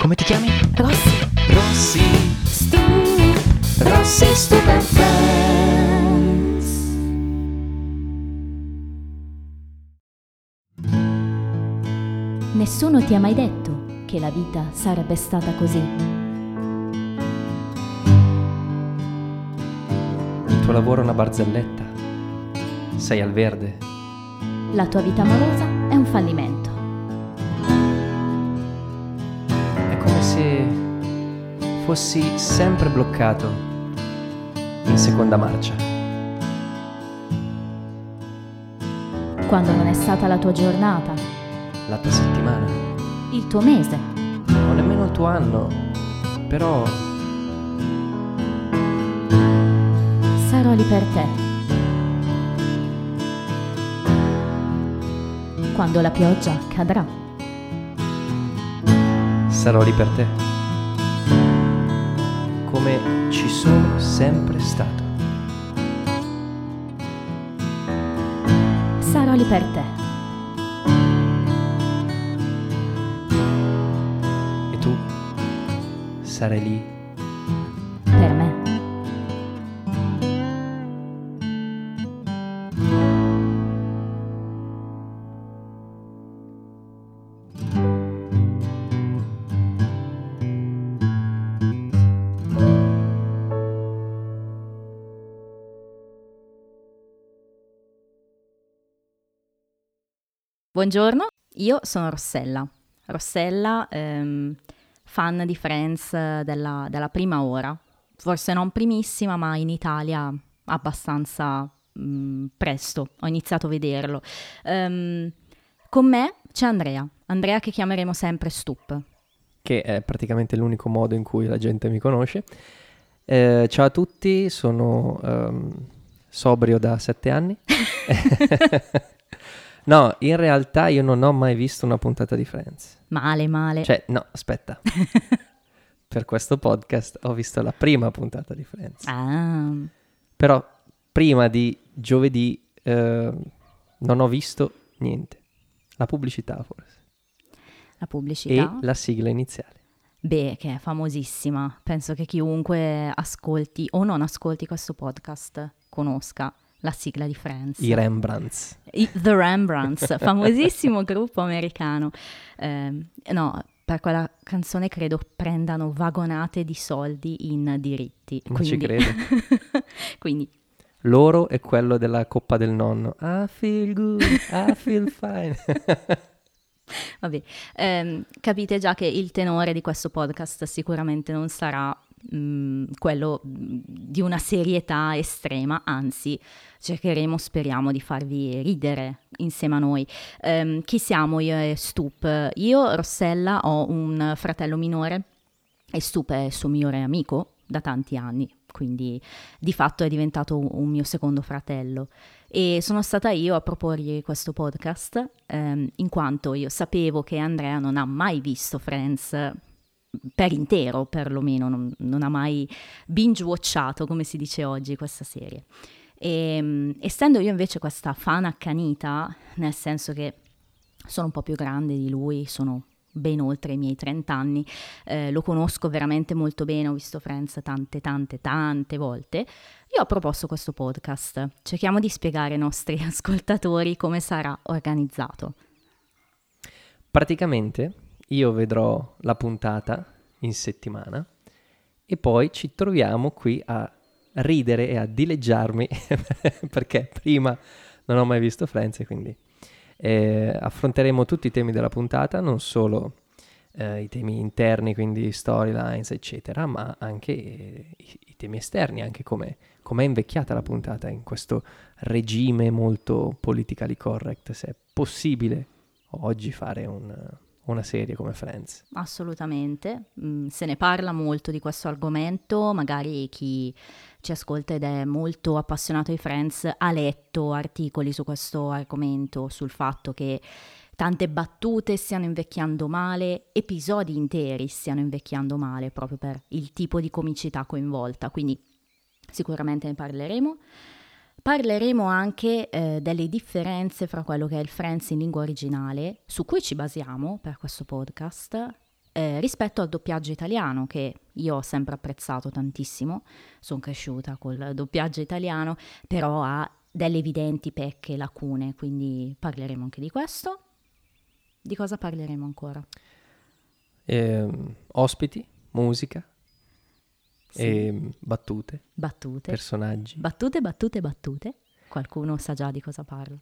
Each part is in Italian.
Come ti chiami? Rossi. Rossi Stupid Friends. Nessuno ti ha mai detto che la vita sarebbe stata così. Il tuo lavoro è una barzelletta. Sei al verde. La tua vita amorosa è un fallimento. È come se fossi sempre bloccato in seconda marcia. Quando non è stata la tua giornata, La tua settimana, il tuo mese, o nemmeno il tuo anno, però sarò lì per te. Quando la pioggia cadrà, sarò lì per te. Come ci sono sempre stato. sarò lì per te. E tu sarai lì Per me. Buongiorno, io sono Rossella. Rossella, fan di Friends della prima ora. Forse non primissima, ma in Italia abbastanza presto. Ho iniziato a vederlo. Con me c'è Andrea che chiameremo sempre Stup. che è praticamente l'unico modo in cui la gente mi conosce. Ciao a tutti, sono sobrio da 7 anni. No, in realtà io non ho mai visto una puntata di Friends. Male. Cioè, no, aspetta. Per questo podcast ho visto la prima puntata di Friends. Ah, Però prima di giovedì non ho visto niente. La pubblicità forse. la pubblicità. E la sigla iniziale. Beh, che è famosissima. Penso che chiunque ascolti o non ascolti questo podcast conosca la sigla di Friends. I Rembrandts. The Rembrandts, famosissimo gruppo americano. No, per quella canzone credo prendano vagonate di soldi in diritti. Ma ci credo. Quindi, Loro è quello della coppa del nonno. I feel good, I feel fine. vabbè, capite già che il tenore di questo podcast sicuramente non sarà quello di una serietà estrema, anzi speriamo di farvi ridere insieme a noi. Chi siamo io e Stup? Io, Rossella, ho un fratello minore e Stup è il suo migliore amico da tanti anni, quindi di fatto è diventato un mio secondo fratello. E sono stata io a proporgli questo podcast, in quanto io sapevo che Andrea non ha mai visto Friends per intero, perlomeno, non ha mai binge-watchato, come si dice oggi, questa serie. E essendo io invece questa fan accanita, nel senso che sono un po' più grande di lui, sono ben oltre i miei 30 anni, lo conosco veramente molto bene, ho visto Friends tante volte, io ho proposto questo podcast. Cerchiamo di spiegare ai nostri ascoltatori come sarà organizzato. Praticamente io vedrò la puntata in settimana e poi ci troviamo qui a ridere e a dileggiarmi perché prima non ho mai visto Friends e quindi affronteremo tutti i temi della puntata, non solo i temi interni, quindi storylines eccetera, ma anche i temi esterni, anche come è invecchiata la puntata in questo regime molto politically correct, se è possibile oggi fare una serie come Friends. Assolutamente, se ne parla molto di questo argomento, magari chi ci ascolta ed è molto appassionato di Friends ha letto articoli su questo argomento, sul fatto che tante battute stiano invecchiando male, episodi interi stiano invecchiando male proprio per il tipo di comicità coinvolta, quindi sicuramente ne parleremo. Parleremo anche delle differenze fra quello che è il Friends in lingua originale, su cui ci basiamo per questo podcast, rispetto al doppiaggio italiano, che io ho sempre apprezzato tantissimo, sono cresciuta col doppiaggio italiano, però ha delle evidenti pecche, lacune, quindi parleremo anche di questo. Di cosa parleremo ancora? Ospiti, musica, Sì. battute, Battute. personaggi. Battute. Qualcuno sa già di cosa parlo.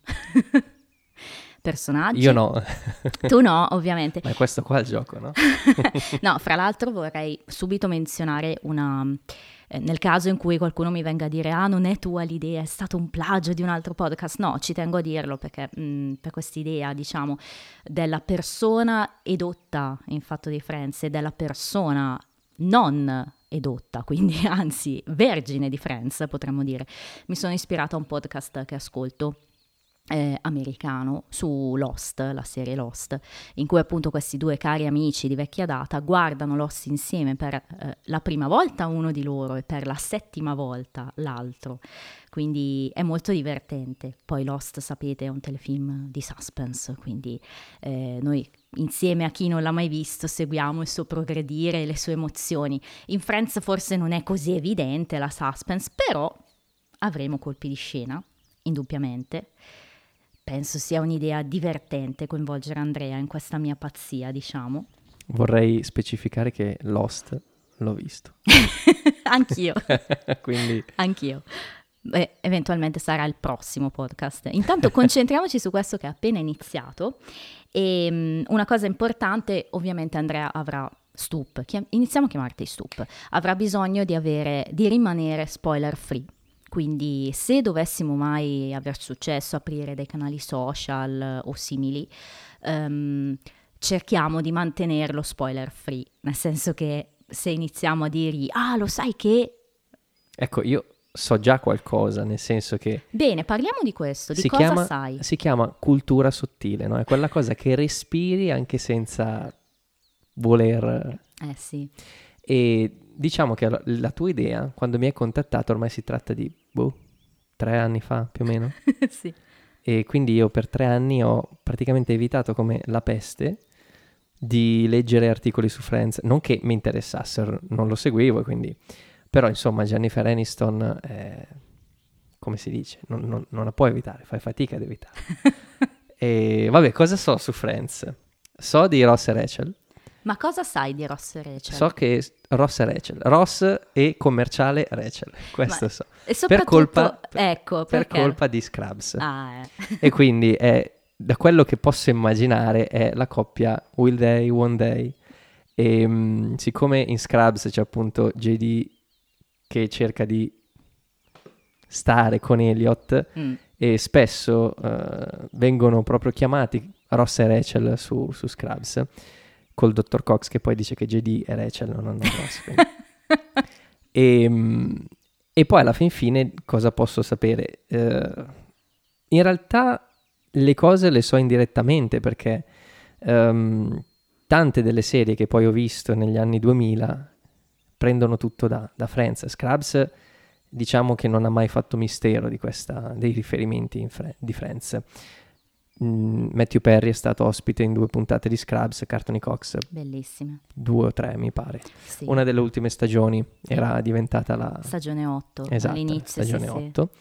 Personaggi. Io no. Tu no, ovviamente. Ma è questo qua il gioco, no? No, fra l'altro vorrei subito menzionare nel caso in cui qualcuno mi venga a dire non è tua l'idea, è stato un plagio di un altro podcast. No, ci tengo a dirlo perché per quest'idea, diciamo, della persona edotta in Fatto di Friends e della persona non edotta, quindi anzi vergine di Friends, potremmo dire, mi sono ispirata a un podcast che ascolto americano su Lost, la serie Lost, in cui appunto questi due cari amici di vecchia data guardano Lost insieme per la prima volta uno di loro e per la 7ª volta l'altro, quindi è molto divertente. Poi Lost, sapete, è un telefilm di suspense, quindi noi insieme a chi non l'ha mai visto seguiamo il suo progredire e le sue emozioni. In Friends forse non è così evidente la suspense, però avremo colpi di scena, indubbiamente. Penso sia un'idea divertente coinvolgere Andrea in questa mia pazzia, diciamo. Vorrei specificare che Lost l'ho visto. Anch'io. Quindi... Anch'io. Eventualmente sarà il prossimo podcast. Intanto concentriamoci su questo che è appena iniziato. E una cosa importante, ovviamente Andrea avrà iniziamo a chiamarti Stup. Avrà bisogno di rimanere spoiler free. Quindi se dovessimo mai aver successo aprire dei canali social o simili, cerchiamo di mantenerlo spoiler free, nel senso che se iniziamo a dirgli lo sai che... Ecco, io so già qualcosa, nel senso che... Bene, parliamo di questo, di cosa sai? Si chiama cultura sottile, no? È quella cosa che respiri anche senza voler... Sì. E diciamo che la tua idea, quando mi hai contattato, ormai si tratta di 3 anni fa, più o meno. Sì. E quindi io per 3 anni ho praticamente evitato come la peste di leggere articoli su Friends. Non che mi interessassero, non lo seguivo, quindi... Però insomma Jennifer Aniston, come si dice, non la puoi evitare, fai fatica ad evitare. E vabbè, cosa so su Friends? So di Ross e Rachel. Ma cosa sai di Ross e Rachel? So che Ross e Rachel, Ross e commerciale Rachel, questo so. E soprattutto, per colpa di Scrubs. Ah, E quindi da quello che posso immaginare è la coppia Will They, One Day. E siccome in Scrubs c'è appunto JD che cerca di stare con Elliot e spesso vengono proprio chiamati Ross e Rachel su Scrubs, col dottor Cox che poi dice che JD e Rachel non hanno Ross. E poi alla fine cosa posso sapere? In realtà le cose le so indirettamente perché tante delle serie che poi ho visto negli anni 2000 prendono tutto da Friends. Scrubs diciamo che non ha mai fatto mistero dei riferimenti di Friends. Matthew Perry è stato ospite in 2 puntate di Scrubs, Courtney Cox. Bellissime. 2 o 3 mi pare. Sì. Una delle ultime stagioni era diventata la... Stagione 8, esatto, all'inizio. stagione sì, 8.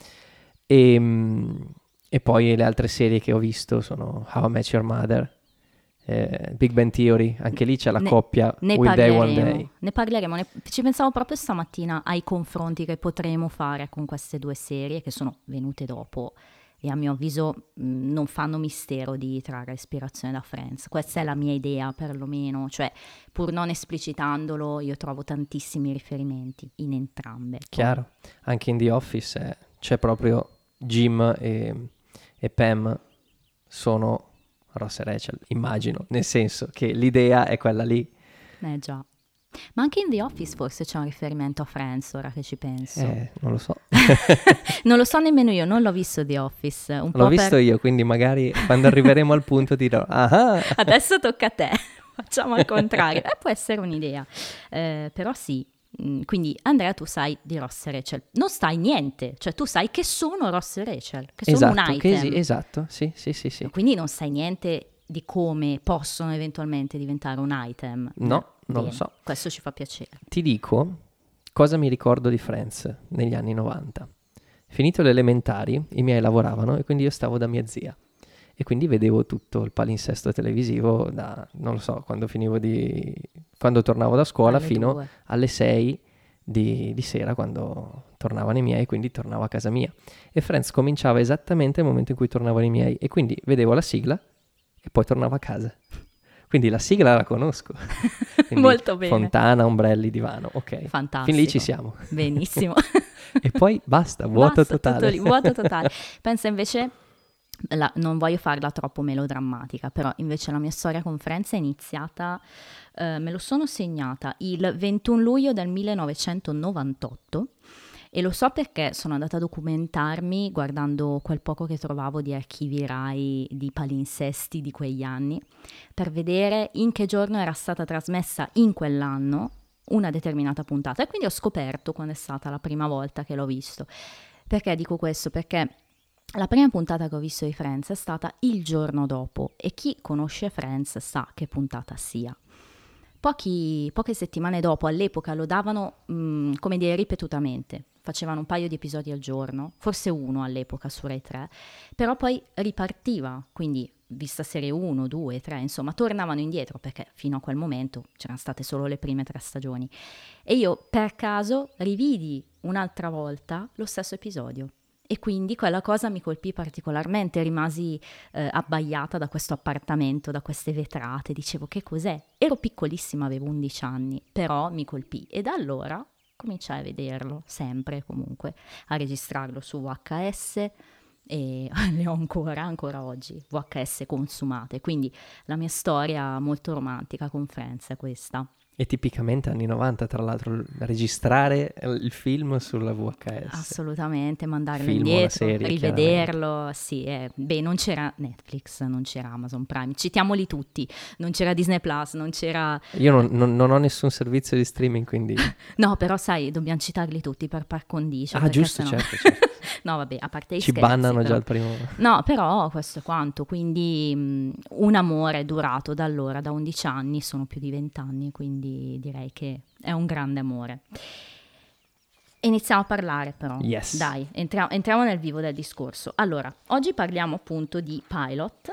E poi le altre serie che ho visto sono How I Met Your Mother, Big Bang Theory, anche lì c'è la coppia Will Day, One Day. Ne parleremo, ci pensavo proprio stamattina ai confronti che potremo fare con queste 2 serie che sono venute dopo e a mio avviso non fanno mistero di trarre ispirazione da Friends. Questa è la mia idea perlomeno, cioè pur non esplicitandolo io trovo tantissimi riferimenti in entrambe. Chiaro, anche in The Office c'è proprio Jim e Pam sono Ross e Rachel, immagino, nel senso che l'idea è quella lì. Già. Ma anche in The Office forse c'è un riferimento a Friends, ora che ci penso. Non lo so. Non lo so nemmeno io, non l'ho visto The Office. L'ho visto io, quindi magari quando arriveremo al punto dirò, adesso tocca a te, facciamo al contrario. Può essere un'idea, però sì. Quindi Andrea, tu sai di Ross e Rachel, non sai niente, cioè tu sai che sono Ross e Rachel, che sono un item. Esatto, sì. Quindi non sai niente di come possono eventualmente diventare un item? No, non lo Bene, so. questo ci fa piacere. Ti dico cosa mi ricordo di Friends negli anni 90. Finito le elementari, i miei lavoravano e quindi io stavo da mia zia. E quindi vedevo tutto il palinsesto televisivo da, non lo so, quando tornavo da scuola Alle fino 2. alle 6 di sera quando tornavano i miei, quindi tornavo a casa mia. E Friends cominciava esattamente nel momento in cui tornavano i miei e quindi vedevo la sigla e poi tornavo a casa. Quindi la sigla la conosco. Quindi Molto bene. Fontana, ombrelli, divano, ok. Fantastico. Fin lì ci siamo. Benissimo. E poi basta, vuoto Basta, totale. tutto lì, vuoto totale. Pensa invece, non voglio farla troppo melodrammatica, però invece la mia storia con Friends è iniziata, me lo sono segnata il 21 luglio del 1998 e lo so perché sono andata a documentarmi guardando quel poco che trovavo di archivi Rai di palinsesti di quegli anni per vedere in che giorno era stata trasmessa in quell'anno una determinata puntata e quindi ho scoperto quando è stata la prima volta che l'ho visto. Perché dico questo? Perché la prima puntata che ho visto di Friends è stata il giorno dopo e chi conosce Friends sa che puntata sia. Poche settimane dopo, all'epoca lo davano, come dire, ripetutamente. Facevano un paio di episodi al giorno, forse uno all'epoca su Rai 3, però poi ripartiva, quindi vista serie 1, 2, 3, insomma, tornavano indietro perché fino a quel momento c'erano state solo le prime 3 stagioni. E io per caso rividi un'altra volta lo stesso episodio. E quindi quella cosa mi colpì particolarmente, rimasi abbaiata da questo appartamento, da queste vetrate, dicevo che cos'è? Ero piccolissima, avevo 11 anni, però mi colpì e da allora cominciai a vederlo, sempre comunque, a registrarlo su VHS e le ho ancora oggi, VHS consumate, quindi la mia storia molto romantica con Friends è questa. E tipicamente anni 90, tra l'altro, registrare il film sulla VHS. Assolutamente, mandarlo Film o la indietro, serie, rivederlo, sì. Beh, non c'era Netflix, non c'era Amazon Prime, citiamoli tutti, non c'era Disney Plus, non c'era... Io non ho nessun servizio di streaming, quindi... No, però sai, dobbiamo citarli tutti per par condicio. Ah, giusto, sennò... certo. No, vabbè, a parte i Ci scherzi, bannano però... già al primo... No, però questo è quanto, quindi un amore durato da allora, da 11 anni, sono più di 20 anni, quindi direi che è un grande amore. Iniziamo a parlare però, Yes. Dai, entriamo nel vivo del discorso. Allora, oggi parliamo appunto di pilot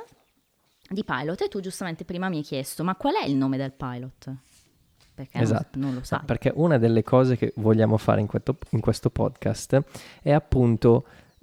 e tu giustamente prima mi hai chiesto, ma qual è il nome del pilot? Perché Esatto. non lo sai. No, perché una delle cose che vogliamo fare in questo podcast è appunto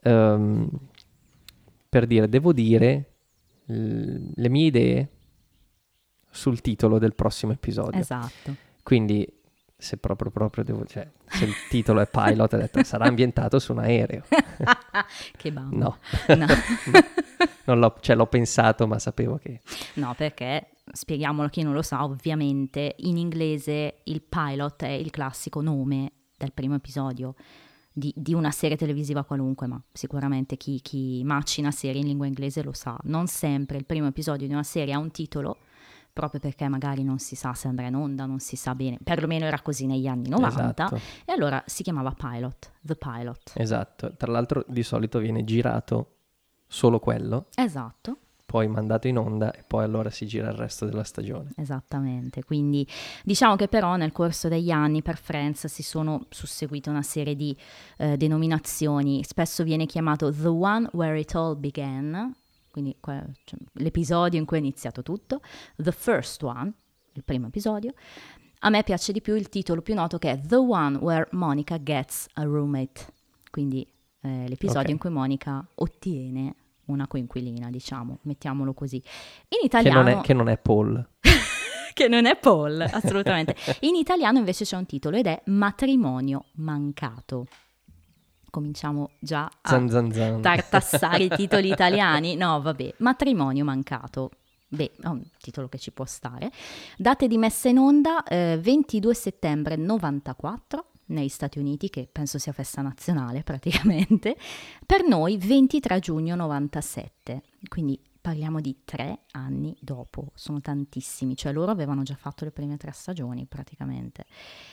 per dire, devo dire le mie idee sul titolo del prossimo episodio. Esatto. Quindi se proprio devo, cioè, se il titolo è pilot, ho detto sarà ambientato su un aereo. Che bambo. No. No. Non l'ho pensato, ma sapevo che... No, perché, spieghiamolo a chi non lo sa, ovviamente in inglese il pilot è il classico nome del primo episodio di una serie televisiva qualunque, ma sicuramente chi macina serie in lingua inglese lo sa. Non sempre il primo episodio di una serie ha un titolo, proprio perché magari non si sa se andrà in onda, non si sa bene, perlomeno era così negli anni 90, Esatto. e allora si chiamava pilot, the pilot. Esatto, tra l'altro di solito viene girato solo quello, Esatto. poi mandato in onda e poi allora si gira il resto della stagione. Esattamente, quindi diciamo che però nel corso degli anni per Friends si sono susseguite una serie di denominazioni, spesso viene chiamato The One Where It All Began, quindi l'episodio in cui è iniziato tutto, The First One, il primo episodio. A me piace di più il titolo più noto che è The One Where Monica Gets a Roommate, quindi l'episodio in cui Monica ottiene una coinquilina, diciamo, mettiamolo così. In italiano... Che non è Paul. Che non è Paul, assolutamente. In italiano invece c'è un titolo ed è Matrimonio mancato. Cominciamo già a tartassare i titoli italiani. No, vabbè, Matrimonio mancato. Beh, è un titolo che ci può stare. Date di messa in onda 22 settembre 94 negli Stati Uniti, che penso sia festa nazionale praticamente. Per noi 23 giugno 97, quindi parliamo di 3 anni dopo, sono tantissimi, cioè loro avevano già fatto le prime 3 stagioni praticamente.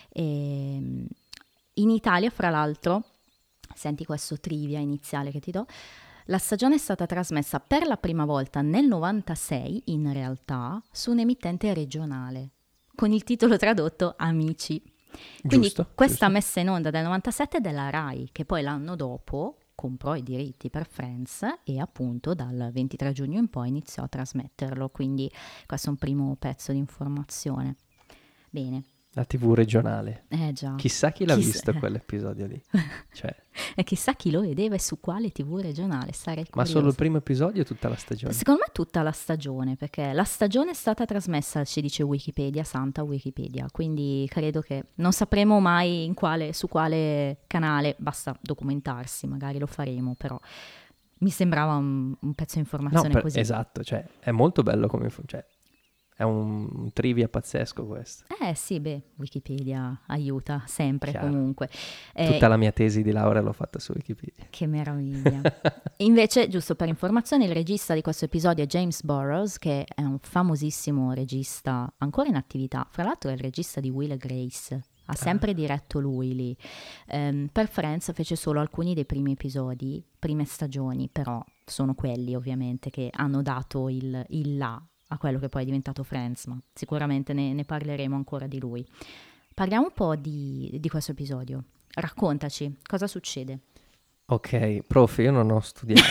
E in Italia, fra l'altro, senti questo trivia iniziale che ti do, La stagione è stata trasmessa per la prima volta nel 96, in realtà, su un emittente regionale, con il titolo tradotto Amici. Quindi Giusto, questa giusto. messa in onda del 97 è della Rai, che poi l'anno dopo comprò i diritti per Friends e appunto dal 23 giugno in poi iniziò a trasmetterlo, quindi questo è un primo pezzo di informazione. Bene. La TV regionale. Già. Chissà chi l'ha visto quell'episodio lì. Cioè, E chissà chi lo vedeva e su quale TV regionale, sarei ma curiosa. solo il primo episodio o tutta la stagione? Secondo me tutta la stagione, perché la stagione è stata trasmessa, ci dice Wikipedia, santa Wikipedia, quindi credo che non sapremo mai su quale canale, basta documentarsi, magari lo faremo, però mi sembrava un pezzo di informazione così. Esatto, cioè è molto bello come cioè, è un trivia pazzesco questo. Sì, Wikipedia aiuta sempre. Chiaro. Comunque. Tutta la mia tesi di laurea l'ho fatta su Wikipedia. Che meraviglia. Invece, giusto per informazione, il regista di questo episodio è James Burrows, che è un famosissimo regista ancora in attività. Fra l'altro è il regista di Will e Grace. Ha sempre diretto lui lì. Per Friends fece solo alcuni dei primi episodi, prime stagioni, però sono quelli ovviamente che hanno dato il là a quello che poi è diventato Friends, ma sicuramente ne parleremo ancora di lui. Parliamo un po' di questo episodio. Raccontaci, cosa succede? Ok, prof, io non ho studiato.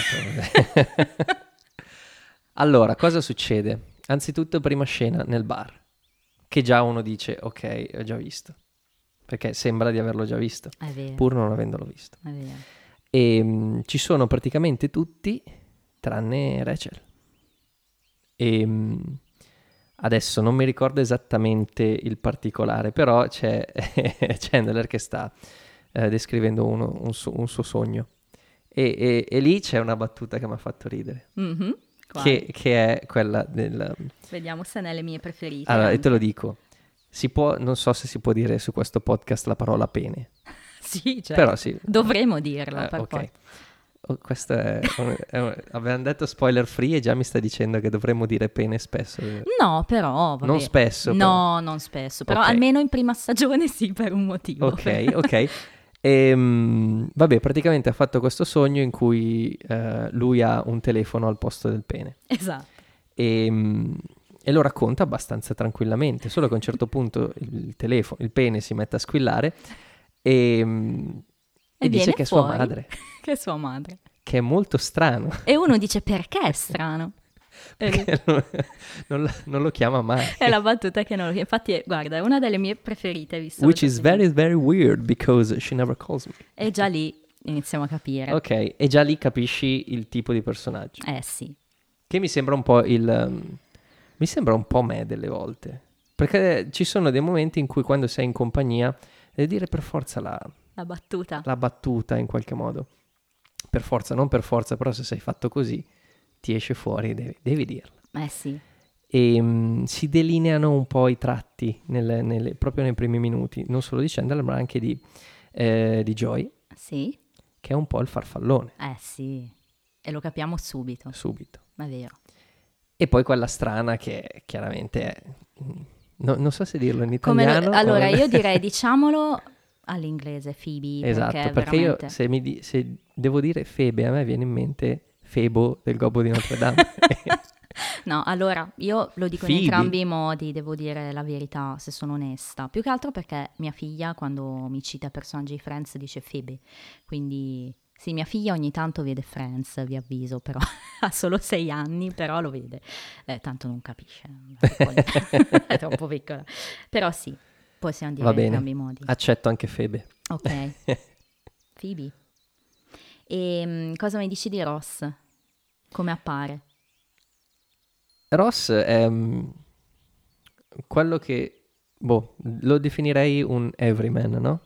Allora, cosa succede? Anzitutto, prima scena nel bar, che già uno dice, ok, ho già visto, perché sembra di averlo già visto, È vero. pur non avendolo visto. È vero. E ci sono praticamente tutti, tranne Rachel. E adesso non mi ricordo esattamente il particolare, però c'è Chandler che sta descrivendo un suo sogno. E lì c'è una battuta che mi ha fatto ridere, Mm-hmm. che è quella del... Vediamo se è nelle mie preferite. Allora, anche. e te lo dico, non so se si può dire su questo podcast la parola pene, Sì, certo. però sì. Dovremmo dirlo, per ok. poi. Questo avevamo detto spoiler free e già mi sta dicendo che dovremmo dire pene spesso. No, però, vabbè. Non spesso. No, non spesso, però Ok. almeno in prima stagione sì, per un motivo. Ok. Vabbè, praticamente ha fatto questo sogno in cui lui ha un telefono al posto del pene. Esatto. E lo racconta abbastanza tranquillamente, solo che a un certo punto il pene si mette a squillare e dice viene che è sua fuori madre. Che è sua madre. Che è molto strano. E uno dice perché è strano? Perché non lo chiama mai. È la battuta che non... Infatti, guarda, è una delle mie preferite, visto. Which is very, very weird because she never calls me. E già lì iniziamo a capire. Ok, e già lì capisci il tipo di personaggio. Sì. Che mi sembra un po' mi sembra un po' me delle volte. Perché ci sono dei momenti in cui quando sei in compagnia devi dire per forza La battuta. la battuta in qualche modo. Per forza, non per forza, però se sei fatto così ti esce fuori, devi dirla. Sì. E si delineano un po' i tratti proprio nei primi minuti, non solo di Chandler ma anche di Joy, Sì. che è un po' il farfallone. Sì. E lo capiamo subito. Subito. È vero. E poi quella strana che chiaramente è... non so se dirlo in italiano. Allora, io direi diciamolo all'inglese, Phoebe. Esatto, perché veramente... io se devo dire Febe, a me viene in mente Febo del Gobbo di Notre Dame. No, allora, io lo dico in Phoebe. entrambi i modi, devo dire la verità, se sono onesta. Più che altro perché mia figlia, quando mi cita personaggi di Friends, dice Phoebe. Quindi, sì, mia figlia ogni tanto vede Friends, vi avviso, però ha solo 6 anni, però lo vede. Tanto non capisce, è troppo piccola. Però sì, possiamo dire Va in bene, entrambi i modi. accetto anche Febe. Ok, Phoebe. E cosa mi dici di Ross? Come appare? Ross è quello che, lo definirei un everyman, no?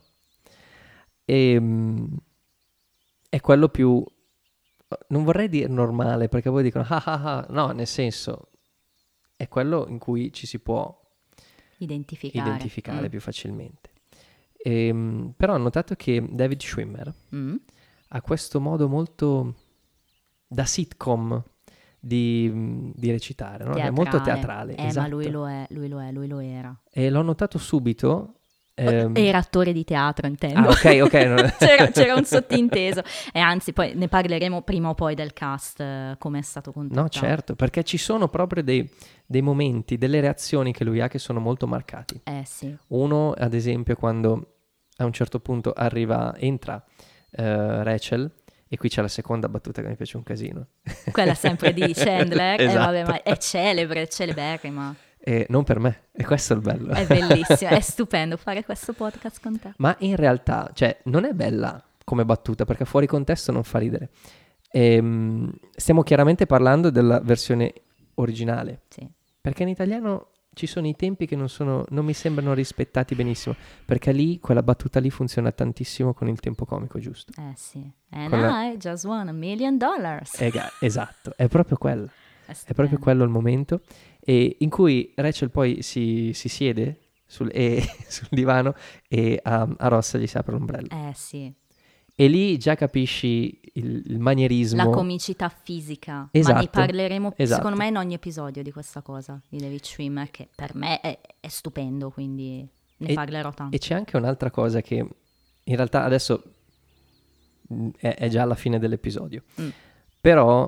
È quello più, non vorrei dire normale, perché poi dicono, no, nel senso, è quello in cui ci si può identificare più facilmente. Però ho notato che David Schwimmer ha questo modo molto da sitcom di recitare, no? È molto teatrale. Ma esatto. lui lo è, lui lo era. E l'ho notato subito Era attore di teatro, intendo. Ah, ok. C'era un sottinteso. E anzi, poi ne parleremo prima o poi del cast, come è stato contattato. No, certo, perché ci sono proprio dei momenti, delle reazioni che lui ha che sono molto marcati. Sì. Uno, ad esempio, quando a un certo punto entra Rachel, e qui c'è la seconda battuta che mi piace un casino. Quella sempre di Chandler, Esatto. Vabbè, ma è celeberrima. Non per me, e questo è il bello. È bellissimo, è stupendo fare questo podcast con te. Ma in realtà, cioè, non è bella come battuta, perché fuori contesto non fa ridere. Stiamo chiaramente parlando della versione originale. Sì. Perché in italiano ci sono i tempi che non mi sembrano rispettati benissimo, perché lì quella battuta lì funziona tantissimo con il tempo comico giusto. Sì. And I just won $1 million. Esatto, è proprio quello. È proprio quello il momento in cui Rachel poi si siede sul divano e a Ross gli si apre l'ombrello. Sì. E lì già capisci il manierismo. La comicità fisica. Esatto. Ma ne parleremo, secondo me, in ogni episodio di questa cosa, di David Schwimmer, che per me è stupendo, quindi ne parlerò tanto. E c'è anche un'altra cosa che in realtà adesso è già alla fine dell'episodio. Però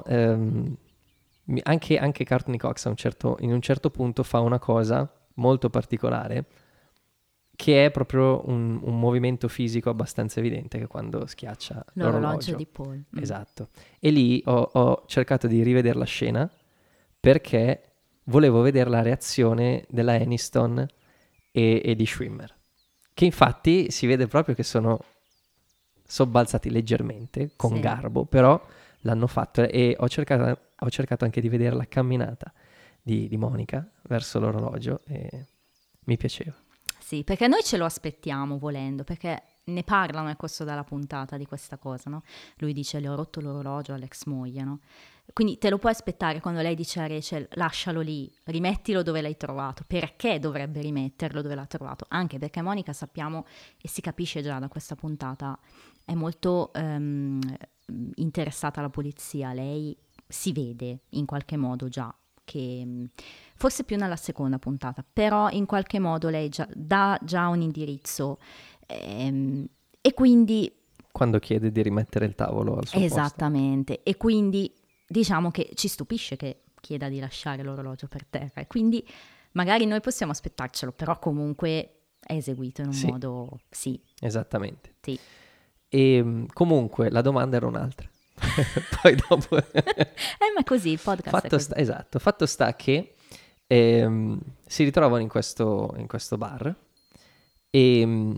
anche Courtney Cox in un certo punto fa una cosa molto particolare, che è proprio un movimento fisico abbastanza evidente, che quando schiaccia l'orologio di Paul. Esatto. E lì ho cercato di rivedere la scena perché volevo vedere la reazione della Aniston e di Schwimmer, che infatti si vede proprio che sono sobbalzati leggermente, con garbo, però l'hanno fatto, e ho cercato anche di vedere la camminata di Monica verso l'orologio e mi piaceva. Sì, perché noi ce lo aspettiamo volendo, perché ne parlano nel corso della puntata di questa cosa, no? Lui dice: le ho rotto l'orologio all'ex moglie, no? Quindi te lo puoi aspettare quando lei dice a Rachel: lascialo lì, rimettilo dove l'hai trovato. Perché dovrebbe rimetterlo dove l'ha trovato? Anche perché Monica, sappiamo, e si capisce già da questa puntata, è molto interessata alla polizia. Lei si vede in qualche modo già, che forse più nella seconda puntata, però in qualche modo lei dà già un indirizzo, e quindi quando chiede di rimettere il tavolo al suo esattamente posto. E quindi diciamo che ci stupisce che chieda di lasciare l'orologio per terra, e quindi magari noi possiamo aspettarcelo, però comunque è eseguito in un modo esattamente. Sì. E comunque la domanda era un'altra. Poi dopo ma così il podcast esatto, fatto sta che si ritrovano in questo bar e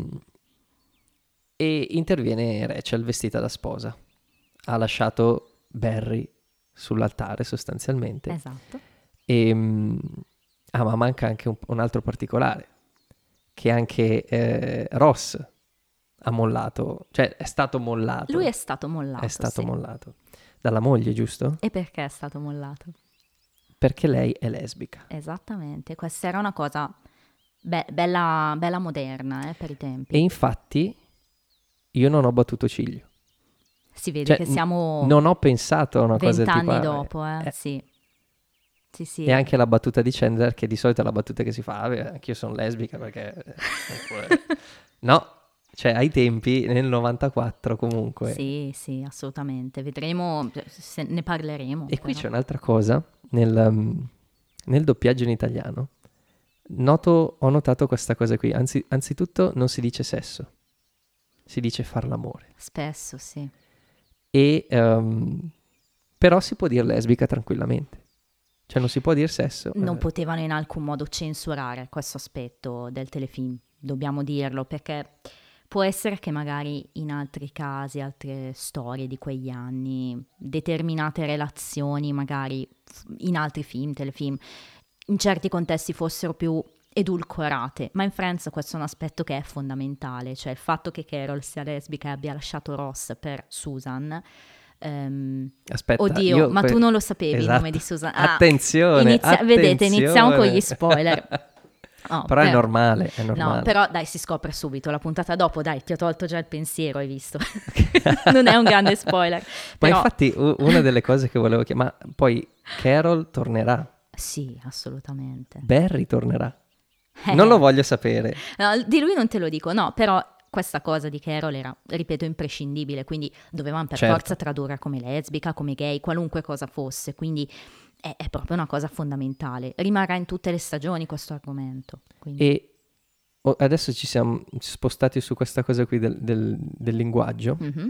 interviene Rachel vestita da sposa. Ha lasciato Barry sull'altare sostanzialmente. Esatto. Ma manca anche un altro particolare, che anche Ross ha mollato, cioè è stato mollato. Lui è stato mollato. È stato mollato dalla moglie, giusto? E perché è stato mollato? Perché lei è lesbica. Esattamente, questa era una cosa bella moderna per i tempi. E infatti io non ho battuto ciglio. Si vede che siamo... Non ho pensato a una cosa del tipo... 20 anni dopo, sì. Sì. E anche la battuta di Chandler, che di solito è la battuta che si fa, anch'io sono lesbica perché... No, cioè ai tempi, nel 94 comunque. Sì, assolutamente. Vedremo, se ne parleremo. E qui c'è un'altra cosa, nel doppiaggio in italiano. Ho notato questa cosa qui. Anzitutto non si dice sesso, si dice far l'amore. Spesso, sì. E però si può dire lesbica tranquillamente. Cioè non si può dire sesso. Non potevano in alcun modo censurare questo aspetto del telefilm, dobbiamo dirlo, perché può essere che magari in altri casi, altre storie di quegli anni, determinate relazioni magari in altri film, telefilm, in certi contesti fossero più edulcorate, ma in Friends questo è un aspetto che è fondamentale, cioè il fatto che Carol sia lesbica e abbia lasciato Ross per Susan. Aspetta, oddio, ma tu non lo sapevi il nome di Susan? Attenzione, vedete, iniziamo con gli spoiler. Però è normale. No, però dai, si scopre subito, la puntata dopo, dai, ti ho tolto già il pensiero, hai visto? Non è un grande spoiler. Ma infatti una delle cose che volevo chiedere, ma poi Carol tornerà? Sì, assolutamente. Barry tornerà? Non lo voglio sapere. No, di lui non te lo dico, no, però questa cosa di Carol era, ripeto, imprescindibile, quindi dovevamo per Certo. forza tradurre come lesbica, come gay, qualunque cosa fosse, quindi è proprio una cosa fondamentale. Rimarrà in tutte le stagioni questo argomento. Quindi. E adesso ci siamo spostati su questa cosa qui del linguaggio. Mhm.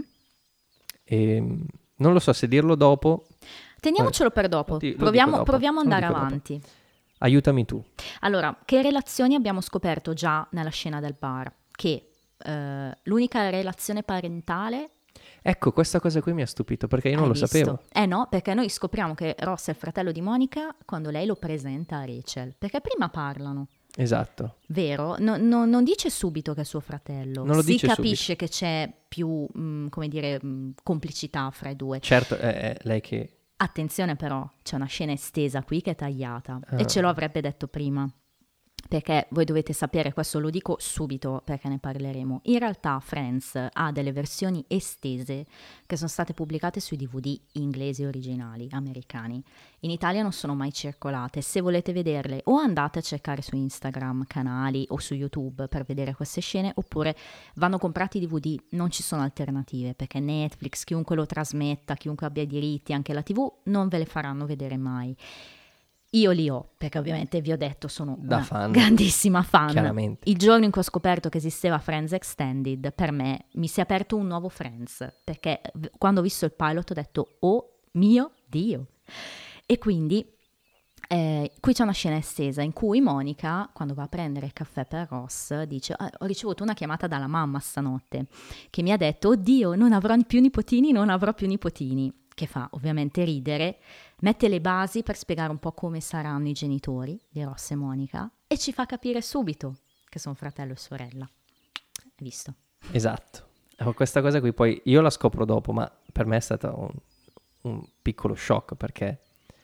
E non lo so se dirlo dopo. Teniamocelo per dopo, Lo dico proviamo dopo, proviamo ad lo andare dico dopo. avanti. Aiutami tu. Allora, che relazioni abbiamo scoperto già nella scena del bar? Che l'unica relazione parentale. Ecco, questa cosa qui mi ha stupito perché io non Hai lo visto? sapevo. No, perché noi scopriamo che Ross è il fratello di Monica quando lei lo presenta a Rachel, perché prima parlano, Esatto. vero? Non dice subito che è suo fratello, Non lo si dice capisce che c'è più, come dire, complicità fra i due. Certo, è lei che... Attenzione però, c'è una scena estesa qui che è tagliata Ah. e ce lo avrebbe detto prima. Perché voi dovete sapere, questo lo dico subito perché ne parleremo. In realtà Friends ha delle versioni estese che sono state pubblicate sui DVD inglesi originali, americani. In Italia non sono mai circolate. Se volete vederle o andate a cercare su Instagram, canali o su YouTube per vedere queste scene, oppure vanno comprati i DVD, non ci sono alternative perché Netflix, chiunque lo trasmetta, chiunque abbia i diritti, anche la TV, non ve le faranno vedere mai. Io li ho, perché ovviamente vi ho detto sono Da una fan. grandissima fan. Chiaramente. Il giorno in cui ho scoperto che esisteva Friends Extended, per me mi si è aperto un nuovo Friends, perché quando ho visto il pilot ho detto, oh mio Dio! E quindi qui c'è una scena estesa in cui Monica, quando va a prendere il caffè per Ross, dice, ho ricevuto una chiamata dalla mamma stanotte, che mi ha detto, oddio, non avrò più nipotini, non avrò più nipotini. Che fa ovviamente ridere, mette le basi per spiegare un po' come saranno i genitori di Ross e Monica e ci fa capire subito che sono fratello e sorella. Hai visto? Esatto. Questa cosa qui poi io la scopro dopo, ma per me è stato un piccolo shock perché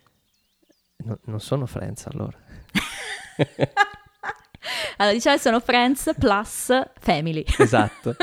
non sono Friends allora. Allora, diciamo che sono Friends plus Family. Esatto.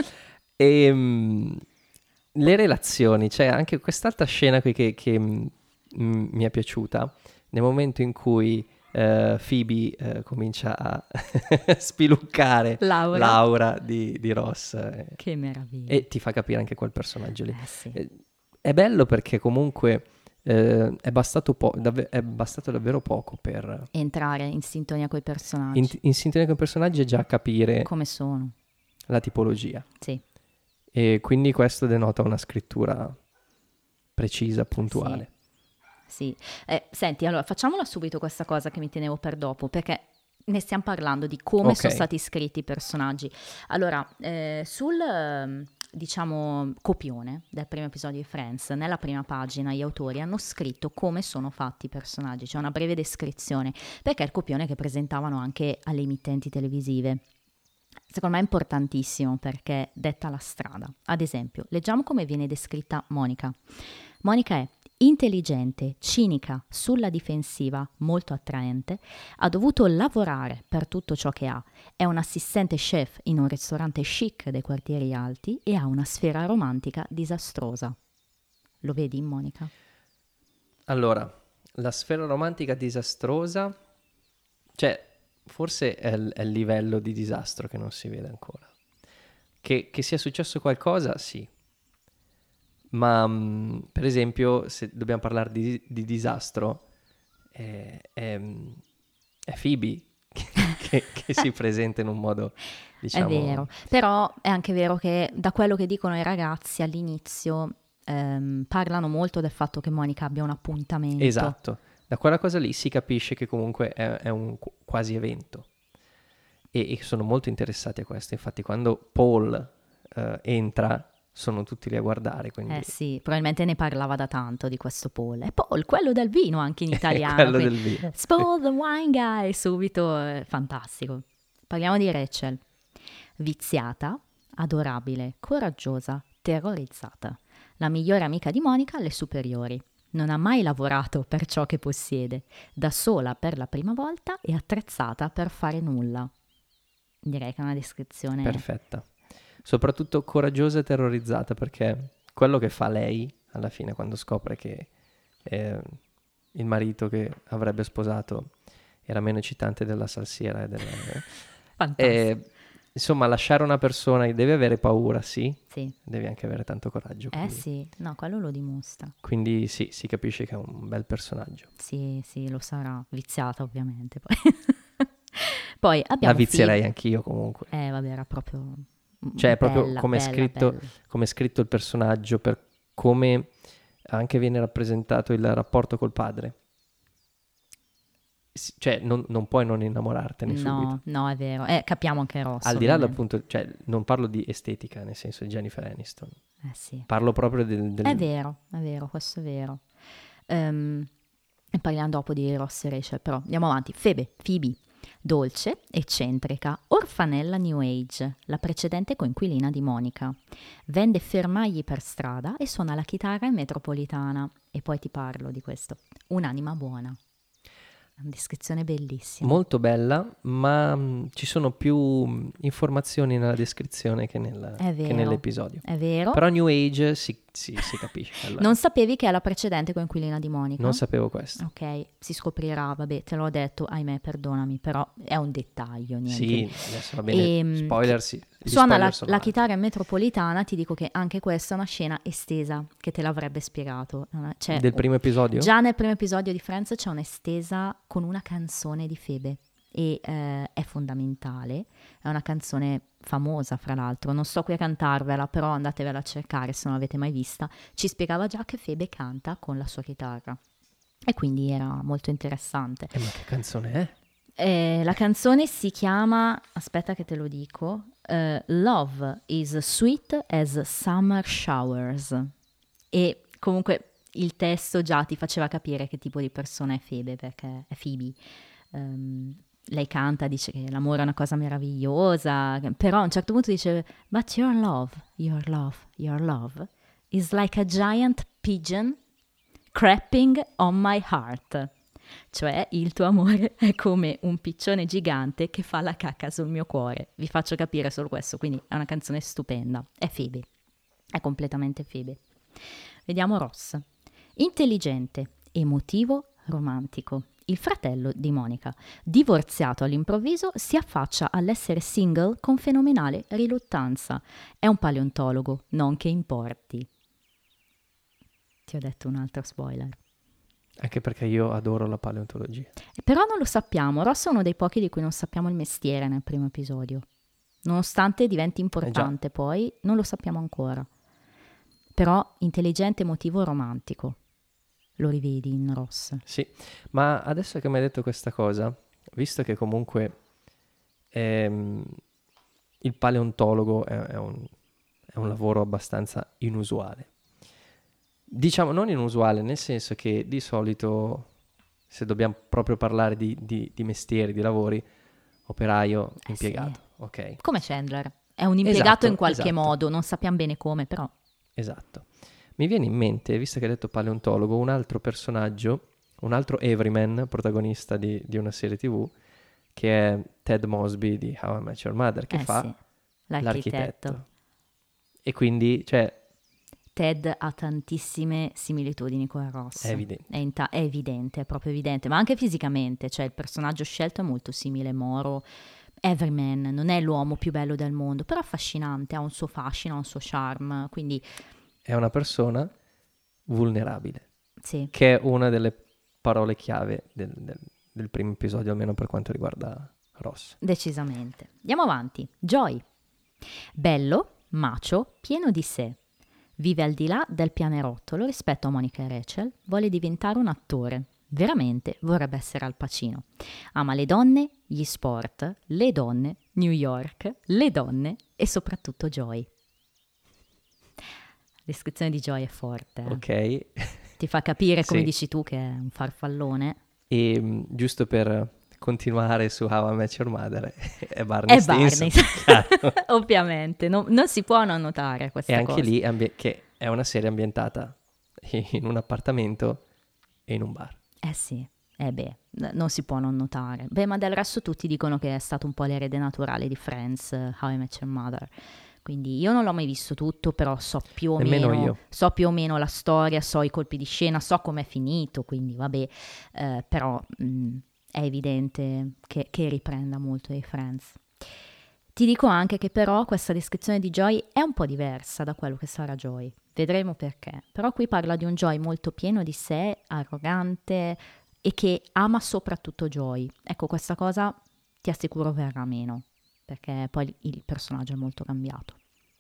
E le relazioni, c'è anche quest'altra scena qui che mi è piaciuta, nel momento in cui Phoebe comincia a spiluccare Laura di Ross. Che meraviglia. E ti fa capire anche quel personaggio lì. Sì. È bello perché comunque è bastato davvero poco per Entrare in sintonia con i personaggi. in sintonia con i personaggi e già capire Come sono. la tipologia. Sì. E quindi questo denota una scrittura precisa, puntuale. Sì. Senti, allora facciamola subito questa cosa che mi tenevo per dopo, perché ne stiamo parlando di come sono stati scritti i personaggi. Allora, sul, diciamo, copione del primo episodio di Friends, nella prima pagina gli autori hanno scritto come sono fatti i personaggi, c'è una breve descrizione, perché è il copione che presentavano anche alle emittenti televisive. Secondo me è importantissimo perché detta la strada. Ad esempio, leggiamo come viene descritta Monica. Monica è intelligente, cinica, sulla difensiva, molto attraente, ha dovuto lavorare per tutto ciò che ha, è un assistente chef in un ristorante chic dei quartieri alti e ha una sfera romantica disastrosa. Lo vedi, Monica? Allora, la sfera romantica disastrosa, cioè forse è il livello di disastro che non si vede ancora. Che sia successo qualcosa, sì. Ma per esempio, se dobbiamo parlare di disastro, è Phoebe che si presenta in un modo, diciamo... È vero, però è anche vero che da quello che dicono i ragazzi all'inizio parlano molto del fatto che Monica abbia un appuntamento. Esatto, da quella cosa lì si capisce che comunque è un quasi evento e sono molto interessati a questo. Infatti quando Paul entra sono tutti lì a guardare, quindi... Sì, probabilmente ne parlava da tanto di questo Paul. E Paul, quello del vino anche in italiano. Quello del vino. Paul the wine guy, subito, fantastico. Parliamo di Rachel. Viziata, adorabile, coraggiosa, terrorizzata. La migliore amica di Monica alle superiori. Non ha mai lavorato per ciò che possiede. Da sola per la prima volta e attrezzata per fare nulla. Direi che è una descrizione... Perfetta. Soprattutto coraggiosa e terrorizzata, perché quello che fa lei alla fine quando scopre che il marito che avrebbe sposato era meno eccitante della salsiera e del... Fantastico. Insomma, lasciare una persona, devi avere paura, sì, Sì. devi anche avere tanto coraggio. Quindi, Sì, no, quello lo dimostra. quindi sì, si capisce che è un bel personaggio. Sì, lo sarà. Viziata, ovviamente. Poi, poi abbiamo La vizierei Phoebe. anch'io comunque. Vabbè, era proprio Cioè, proprio bella, come è bella, scritto, bella. come è scritto il personaggio, per come anche viene rappresentato il rapporto col padre. Cioè, non puoi non innamorartene subito. No, è vero. Capiamo anche Ross, Al di là ovviamente. appunto, cioè, non parlo di estetica, nel senso di Jennifer Aniston. Sì. Parlo proprio È vero, questo è vero. E parliamo dopo di Ross e Rachel, però andiamo avanti. Phoebe, dolce, eccentrica, orfanella New Age, la precedente coinquilina di Monica. Vende fermagli per strada e suona la chitarra in metropolitana. E poi ti parlo di questo. Un'anima buona. Una descrizione bellissima. Molto bella, ma ci sono più informazioni nella descrizione che nell'episodio. È vero. Però New Age si capisce. Allora. Non sapevi che è la precedente coinquilina di Monica? Non sapevo questo. Ok, si scoprirà, vabbè, te l'ho detto, ahimè, perdonami, però è un dettaglio, niente. Sì, adesso va bene, spoiler sì. Suona spoiler la chitarra in metropolitana, ti dico che anche questa è una scena estesa che te l'avrebbe spiegato. Cioè, del primo episodio? Già nel primo episodio di Friends c'è un'estesa con una canzone di Phoebe e è fondamentale, è una canzone famosa fra l'altro, non sto qui a cantarvela, però andatevela a cercare se non l'avete mai vista. Ci spiegava già che Phoebe canta con la sua chitarra e quindi era molto interessante. Ma che canzone è? La canzone si chiama, aspetta che te lo dico, Love is Sweet as Summer Showers, e comunque il testo già ti faceva capire che tipo di persona è Phoebe, perché è Phoebe. Lei canta, dice che l'amore è una cosa meravigliosa, però a un certo punto dice but your love is like a giant pigeon crapping on my heart. Cioè il tuo amore è come un piccione gigante che fa la cacca sul mio cuore. Vi faccio capire solo questo, quindi è una canzone stupenda. È Phoebe, è completamente Phoebe. Vediamo Ross. Intelligente, emotivo, romantico. Il fratello di Monica, divorziato all'improvviso, si affaccia all'essere single con fenomenale riluttanza. È un paleontologo, non che importi. Ti ho detto un altro spoiler. Anche perché io adoro la paleontologia. Però non lo sappiamo. Ross è uno dei pochi di cui non sappiamo il mestiere nel primo episodio. Nonostante diventi importante poi, non lo sappiamo ancora. Però intelligente, emotivo, romantico. Lo rivedi in Ross. Sì, ma adesso che mi hai detto questa cosa, visto che comunque il paleontologo è un lavoro abbastanza inusuale. Diciamo non inusuale, nel senso che di solito, se dobbiamo proprio parlare di mestieri, di lavori, operaio, impiegato, sì. ok? Come Chandler. È un impiegato in qualche esatto. modo, non sappiamo bene come, però. Esatto. Mi viene in mente, visto che hai detto paleontologo, un altro personaggio, un altro everyman, protagonista di una serie TV, che è Ted Mosby di How I Met Your Mother, che fa sì, l'architetto. E quindi, cioè... Ted ha tantissime similitudini con Ross. È evidente. È evidente, è proprio evidente, ma anche fisicamente, cioè il personaggio scelto è molto simile, Moro. Everyman, non è l'uomo più bello del mondo, però affascinante, ha un suo fascino, ha un suo charme, quindi... È una persona vulnerabile, sì. Che è una delle parole chiave del primo episodio, almeno per quanto riguarda Ross. Decisamente. Andiamo avanti. Joy. Bello, macio, pieno di sé. Vive al di là del pianerottolo rispetto a Monica e Rachel, vuole diventare un attore. Veramente vorrebbe essere Al Pacino. Ama le donne, gli sport, le donne, New York, le donne e soprattutto Joy. La descrizione di Joy è forte. Ok. Ti fa capire, come sì. dici tu, che è un farfallone. E giusto per continuare su How I Met Your Mother, è Barney Stinson. Ovviamente, non si può non notare questa cosa. E anche lì che è una serie ambientata in un appartamento e in un bar. Sì, non si può non notare. Ma del resto tutti dicono che è stato un po' l'erede naturale di Friends, How I Met Your Mother. Quindi io non l'ho mai visto tutto, però so più o meno la storia, so i colpi di scena, so com'è finito, quindi vabbè, però è evidente che riprenda molto dei Friends. Ti dico anche che però questa descrizione di Joey è un po' diversa da quello che sarà Joey. Vedremo perché. Però qui parla di un Joey molto pieno di sé, arrogante e che ama soprattutto Joey. Ecco, questa cosa ti assicuro verrà meno, perché poi il personaggio è molto cambiato.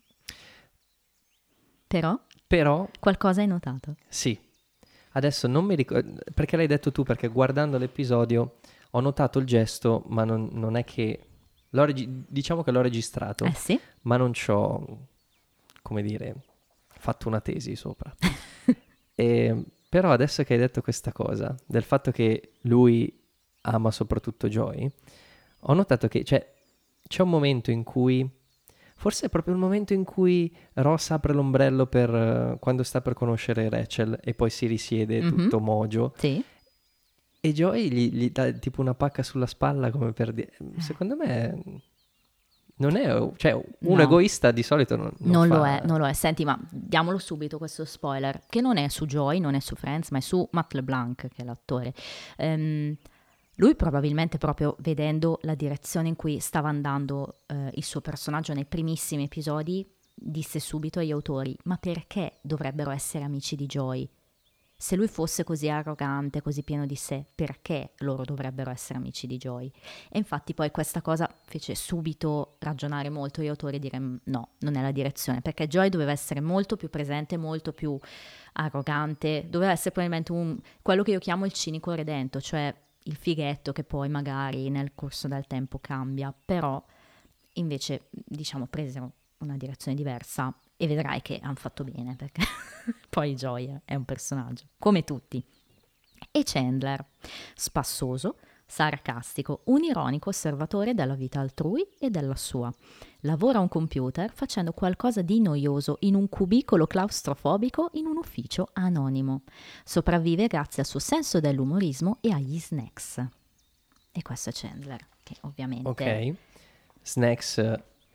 Però qualcosa hai notato? Sì. Adesso non mi ricordo, perché l'hai detto tu, perché guardando l'episodio ho notato il gesto, ma non è che... diciamo che l'ho registrato, Sì? ma non ci ho, come dire, fatto una tesi sopra. Però adesso che hai detto questa cosa, del fatto che lui ama soprattutto Joy, ho notato che c'è un momento in cui, forse è proprio il momento in cui Ross apre l'ombrello per quando sta per conoscere Rachel e poi si risiede tutto mogio. Sì. E Joy gli dà tipo una pacca sulla spalla come per dire... Secondo me non è... Cioè, un No. egoista di solito non fa... Non lo è. Senti, ma diamolo subito questo spoiler, che non è su Joy, non è su Friends, ma è su Matt LeBlanc, che è l'attore. Lui probabilmente proprio vedendo la direzione in cui stava andando il suo personaggio nei primissimi episodi, disse subito agli autori, ma perché dovrebbero essere amici di Joy? Se lui fosse così arrogante, così pieno di sé, perché loro dovrebbero essere amici di Joy? E infatti poi questa cosa fece subito ragionare molto gli autori e dire no, non è la direzione, perché Joy doveva essere molto più presente, molto più arrogante, doveva essere probabilmente quello che io chiamo il cinico redento, cioè il fighetto che poi magari nel corso del tempo cambia, però invece diciamo presero una direzione diversa e vedrai che hanno fatto bene, perché poi Joy è un personaggio, come tutti. E Chandler, spassoso, sarcastico, un ironico osservatore della vita altrui e della sua. Lavora a un computer facendo qualcosa di noioso in un cubicolo claustrofobico in un ufficio anonimo. Sopravvive grazie al suo senso dell'umorismo e agli snacks. E questo è Chandler, che ovviamente... Ok. Snacks...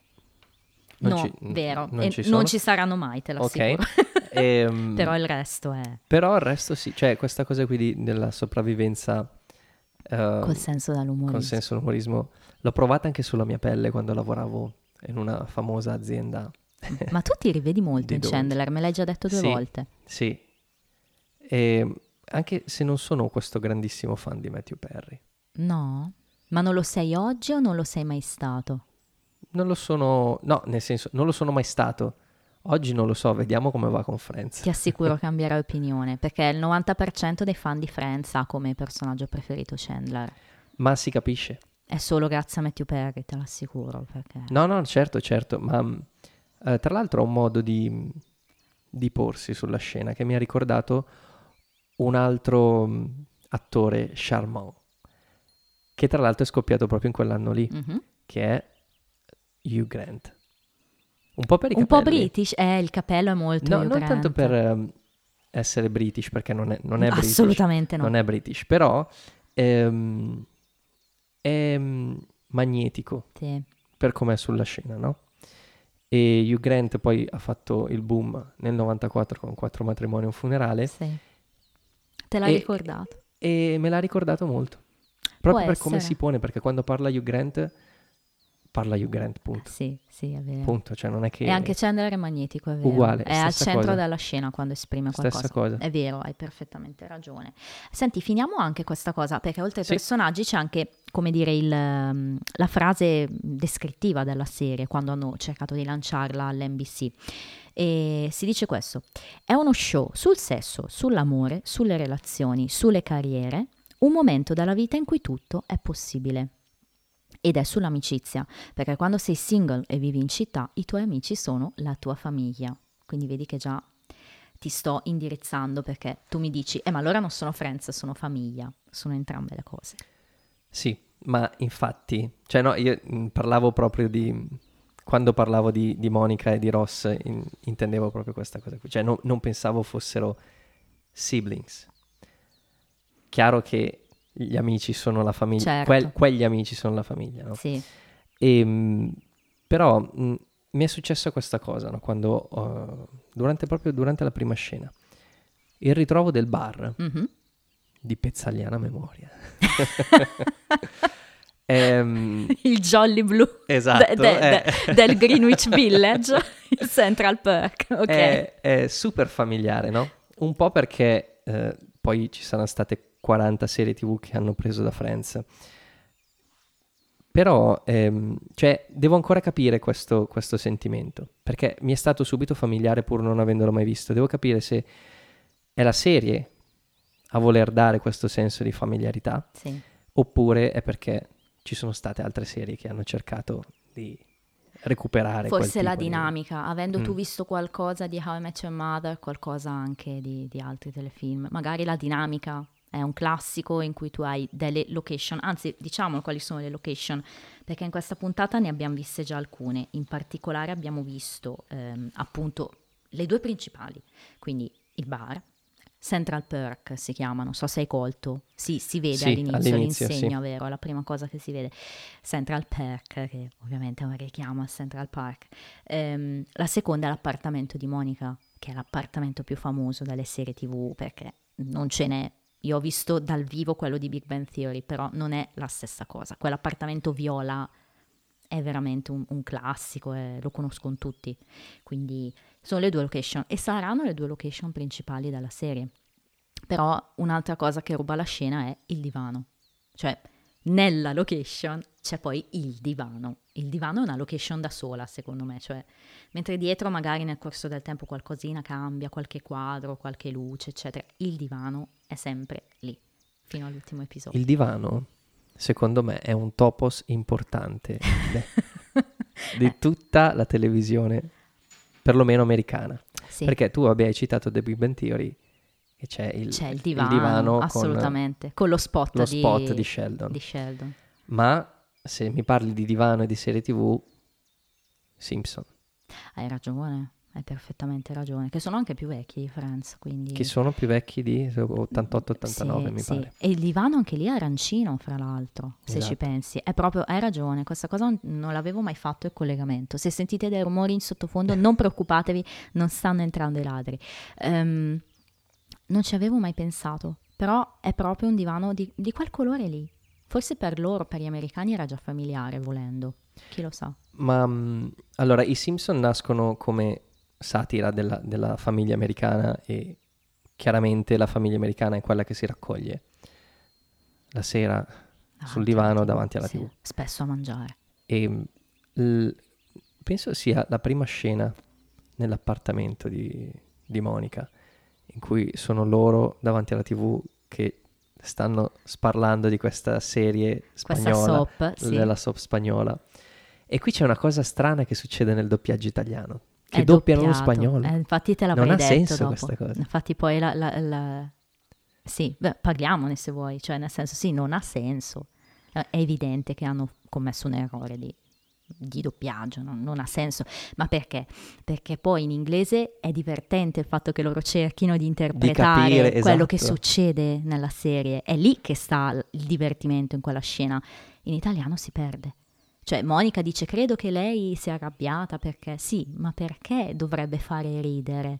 vero, non ci saranno mai, te l'assicuro. Però il resto è... Però il resto sì, cioè questa cosa qui della sopravvivenza... col senso dell'umorismo. Col senso dell'umorismo. L'ho provata anche sulla mia pelle quando lavoravo in una famosa azienda. Ma tu ti rivedi molto in Chandler, me l'hai già detto 2 volte. Sì. E anche se non sono questo grandissimo fan di Matthew Perry. No? Ma non lo sei oggi o non lo sei mai stato? Non lo sono... No, nel senso, non lo sono mai stato. Oggi non lo so, vediamo come va con Friends. Ti assicuro cambierai opinione, perché il 90% dei fan di Friends ha come personaggio preferito Chandler. Ma si capisce. È solo grazie a Matthew Perry, te l'assicuro. Perché... No, certo, ma tra l'altro ha un modo di porsi sulla scena che mi ha ricordato un altro attore charmant, che tra l'altro è scoppiato proprio in quell'anno lì, che è Hugh Grant. Un po' per i capelli. Un po' British, il capello è molto Hugh non Grant. Tanto per essere British, perché non è British. Assolutamente no. Non è British, però è magnetico, sì, per com'è sulla scena, no? E Hugh Grant poi ha fatto il boom nel 94 con 4 matrimoni e un funerale. Sì. Te l'ha ricordato? E me l'ha ricordato molto. Proprio per come si pone, perché quando parla Hugh Grant, punto. Sì, è vero. Punto, cioè non è che... E anche Chandler è magnetico, è vero. Uguale, è al centro cosa. della scena quando esprime qualcosa. Stessa cosa. È vero, hai perfettamente ragione. Senti, finiamo anche questa cosa, perché oltre ai personaggi c'è anche, come dire, la frase descrittiva della serie, quando hanno cercato di lanciarla all'NBC. E si dice questo: è uno show sul sesso, sull'amore, sulle relazioni, sulle carriere, un momento della vita in cui tutto è possibile. Ed è sull'amicizia, perché quando sei single e vivi in città, i tuoi amici sono la tua famiglia. Quindi vedi che già ti sto indirizzando, perché tu mi dici, ma allora non sono friends, sono famiglia. Sono entrambe le cose. Sì, ma infatti, cioè no, io parlavo proprio quando parlavo di Monica e di Ross, intendevo proprio questa cosa qui. Cioè non pensavo fossero siblings. Chiaro che gli amici sono la famiglia, certo. Quegli amici sono la famiglia, no? Sì. Però mi è successa questa cosa, no? Quando, durante la prima scena, il ritrovo del bar, Di pezzaliana memoria. Il Jolly Blue Esatto. del Greenwich Village, il Central Perk, ok. È super familiare, no? Un po' perché poi ci saranno state 40 serie TV che hanno preso da Friends. Però, cioè, devo ancora capire questo sentimento, perché mi è stato subito familiare pur non avendolo mai visto. Devo capire se è la serie a voler dare questo senso di familiarità, Sì. oppure è perché ci sono state altre serie che hanno cercato di recuperare quel Forse la tipo di- dinamica, avendo tu visto qualcosa di How I Met Your Mother, qualcosa anche di altri telefilm, magari la dinamica è un classico in cui tu hai delle location, anzi diciamo quali sono le location, perché in questa puntata ne abbiamo viste già alcune, in particolare abbiamo visto appunto le due principali, quindi il bar, Central Perk si chiama, non so se hai colto, sì, si vede Sì, all'inizio all'inizio, l'insegno, sì. vero? È la prima cosa che si vede. Central Perk, che ovviamente è un richiamo a Central Park. La seconda è l'appartamento di Monica, che è l'appartamento più famoso delle serie TV, perché non ce n'è. Io ho visto dal vivo quello di Big Bang Theory, però non è la stessa cosa. Quell'appartamento viola è veramente un classico e lo conoscono tutti. Quindi sono le due location e saranno le due location principali della serie. Però un'altra cosa che ruba la scena è il divano. Cioè, nella location c'è poi il divano. Il divano è una location da sola, secondo me. Cioè, mentre dietro magari nel corso del tempo qualcosina cambia, qualche quadro, qualche luce, eccetera. Il divano è sempre lì, fino all'ultimo episodio. Il divano, secondo me, è un topos importante di tutta la televisione, perlomeno americana. Sì. Perché tu, vabbè, hai citato The Big Bang Theory, e c'è il divano, con assolutamente, con lo spot, lo spot di Sheldon. di Sheldon. Ma se mi parli di divano e di serie TV, Simpson, Hai ragione, hai perfettamente ragione, che sono anche più vecchi di Friends, quindi... che sono più vecchi di 88-89, mi sì. pare. E il divano anche lì è arancino, fra l'altro, se ci Esatto. pensi. È proprio, hai ragione, questa cosa non l'avevo mai fatto il collegamento. Se sentite dei rumori in sottofondo, non preoccupatevi, non stanno entrando i ladri. Non ci avevo mai pensato, però è proprio un divano di quel colore lì. Forse per loro, per gli americani, era già familiare, volendo. Chi lo sa. Ma allora, i Simpson nascono come satira della famiglia americana e chiaramente la famiglia americana è quella che si raccoglie la sera sul divano davanti alla sì, TV. spesso a mangiare. E penso sia la prima scena nell'appartamento di Monica, in cui sono loro davanti alla TV che stanno parlando di questa serie spagnola, Questa soap, sì. della soap spagnola. E qui c'è una cosa strana che succede nel doppiaggio italiano, che È doppiano lo doppiato. spagnolo. Infatti te l'avrei Non ha detto senso dopo. questa cosa. Infatti poi Sì, beh, parliamone se vuoi, cioè nel senso sì, non ha senso. È evidente che hanno commesso un errore di doppiaggio, non ha senso. Ma perché? Perché poi in inglese è divertente il fatto che loro cerchino di interpretare capire, quello che esatto. succede nella serie. È lì che sta il divertimento in quella scena. In italiano si perde. Cioè Monica dice credo che lei sia arrabbiata perché sì, ma perché dovrebbe fare ridere?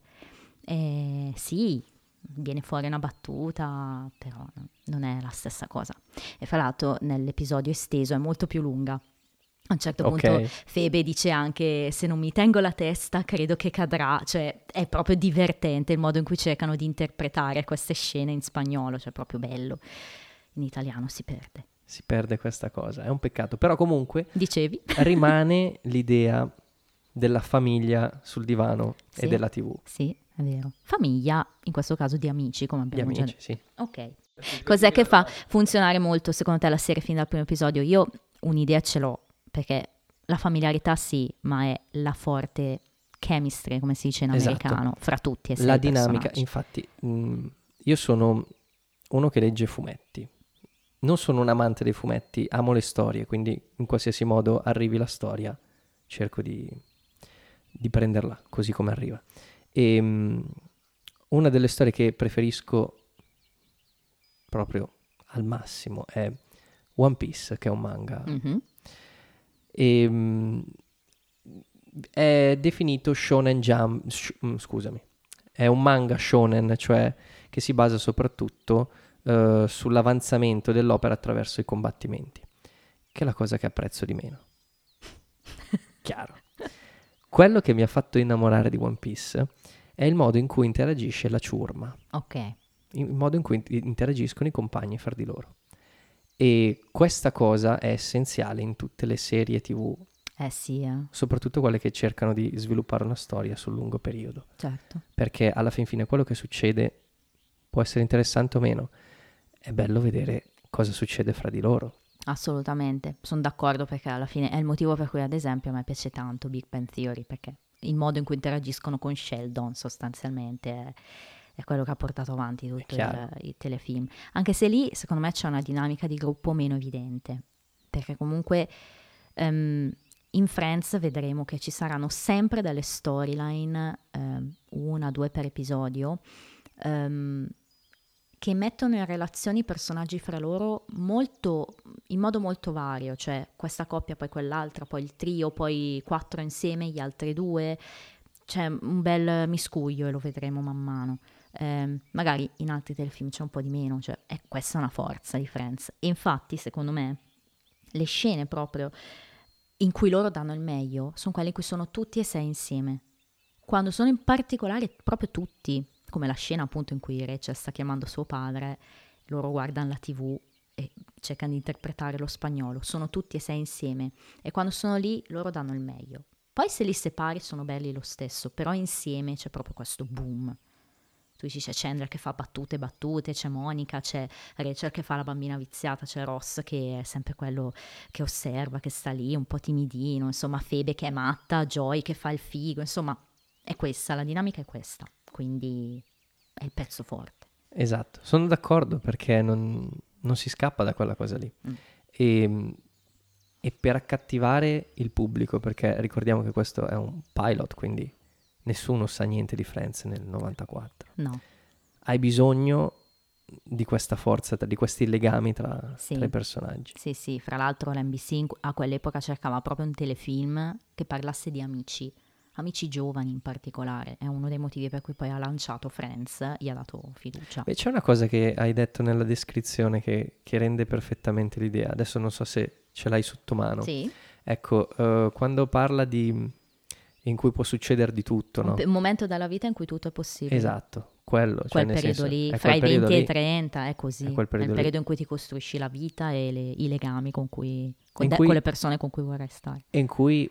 Sì, viene fuori una battuta, però non è la stessa cosa. E fra l'altro nell'episodio esteso è molto più lunga. A un certo punto Phoebe dice anche se non mi tengo la testa credo che cadrà, cioè è proprio divertente il modo in cui cercano di interpretare queste scene in spagnolo, cioè proprio bello. In italiano si perde. Si perde questa cosa, è un peccato. Però comunque Dicevi? rimane l'idea della famiglia sul divano Sì, e della TV. sì, è vero. Famiglia, in questo caso di amici, come Di abbiamo già amici, detto. sì. Ok. Cos'è che fa funzionare molto secondo te la serie fin dal primo episodio? Io un'idea ce l'ho, perché la familiarità sì, ma è la forte chemistry, come si dice in americano, fra tutti e sei La dinamica, personaggi. infatti, io sono uno che legge fumetti. Non sono un amante dei fumetti, amo le storie, quindi in qualsiasi modo arrivi la storia, cerco di prenderla così come arriva. E una delle storie che preferisco proprio al massimo è One Piece, che è un manga. Mhm. È definito Shonen Jump, scusami, è un manga shonen, cioè che si basa soprattutto sull'avanzamento dell'opera attraverso i combattimenti, che è la cosa che apprezzo di meno. Chiaro. Quello che mi ha fatto innamorare di One Piece è il modo in cui interagisce la ciurma, Ok. il modo in cui interagiscono i compagni fra di loro. E questa cosa è essenziale in tutte le serie TV, Sì, soprattutto quelle che cercano di sviluppare una storia sul lungo periodo, certo. perché alla fin fine quello che succede può essere interessante o meno, è bello vedere cosa succede fra di loro. Assolutamente, sono d'accordo, perché alla fine è il motivo per cui ad esempio a me piace tanto Big Bang Theory, perché il modo in cui interagiscono con Sheldon sostanzialmente è quello che ha portato avanti tutto il telefilm, anche se lì secondo me c'è una dinamica di gruppo meno evidente, perché comunque in Friends vedremo che ci saranno sempre delle storyline, una, due per episodio, che mettono in relazione i personaggi fra loro in modo molto vario, cioè questa coppia, poi quell'altra, poi il trio, poi 4 insieme, gli altri 2, c'è un bel miscuglio e lo vedremo man mano. Magari in altri telefilm c'è un po' di meno, cioè questa è una forza di Friends. E infatti, secondo me, le scene proprio in cui loro danno il meglio sono quelle in cui sono tutti e 6 insieme. Quando sono in particolare proprio tutti, come la scena appunto in cui Rachel sta chiamando suo padre, loro guardano la TV e cercano di interpretare lo spagnolo, sono tutti e 6 insieme e quando sono lì loro danno il meglio. Poi se li separi sono belli lo stesso, però insieme c'è proprio questo boom. Tu dici c'è Chandler che fa battute, c'è Monica, c'è Rachel che fa la bambina viziata, c'è Ross che è sempre quello che osserva, che sta lì un po' timidino, insomma Phoebe che è matta, Joy che fa il figo, insomma è questa, la dinamica è questa, quindi è il pezzo forte. Esatto, sono d'accordo perché non si scappa da quella cosa lì. E per accattivare il pubblico, perché ricordiamo che questo è un pilot, quindi nessuno sa niente di Friends nel 94. No. Hai bisogno di questa forza, di questi legami tra i personaggi. Sì, fra l'altro l'NBC a quell'epoca cercava proprio un telefilm che parlasse di amici giovani in particolare, è uno dei motivi per cui poi ha lanciato Friends, gli ha dato fiducia. Beh, c'è una cosa che hai detto nella descrizione che rende perfettamente l'idea, adesso non so se ce l'hai sotto mano. Sì. Ecco, quando parla in cui può succedere di tutto, no? Un momento della vita in cui tutto è possibile. Esatto, quello. Quel cioè, periodo senso, lì, fra i 20 e i 30, è così. È il periodo in cui ti costruisci la vita e i legami con le persone con cui vorrai stare. E in cui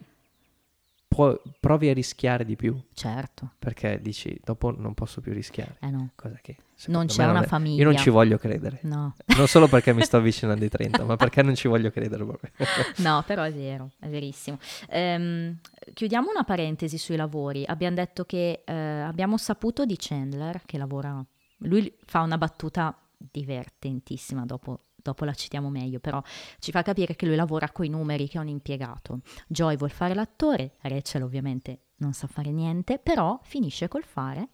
provi a rischiare di più. Certo. Perché dici, dopo non posso più rischiare. No. Cosa che non c'è una famiglia. Io non ci voglio credere. No. Non solo perché mi sto avvicinando ai 30, ma perché non ci voglio credere proprio. No, però è vero, è verissimo. Chiudiamo una parentesi sui lavori. Abbiamo detto che abbiamo saputo di Chandler che lavora. Lui fa una battuta divertentissima, dopo la citiamo meglio, però ci fa capire che lui lavora coi numeri, che è un impiegato. Joy vuol fare l'attore, Rachel ovviamente non sa fare niente, però finisce col fare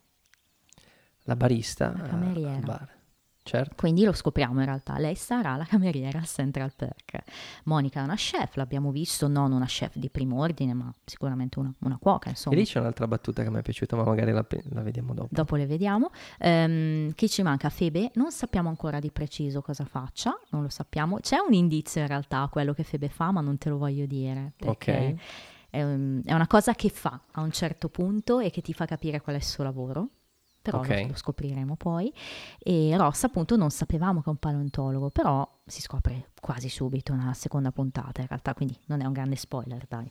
la barista, la cameriera al bar. Certo. Quindi lo scopriamo in realtà, lei sarà la cameriera al Central Perk. Monica è una chef, l'abbiamo visto, non una chef di primo ordine, ma sicuramente una cuoca, insomma. E lì c'è un'altra battuta che mi è piaciuta, ma magari la vediamo dopo. Dopo le vediamo. Chi ci manca? Phoebe, non sappiamo ancora di preciso cosa faccia, non lo sappiamo. C'è un indizio in realtà a quello che Phoebe fa, ma non te lo voglio dire. Perché è una cosa che fa a un certo punto e che ti fa capire qual è il suo lavoro. Però lo scopriremo poi. E Ross appunto non sapevamo che è un paleontologo, però si scopre quasi subito nella seconda puntata in realtà, quindi non è un grande spoiler, dai.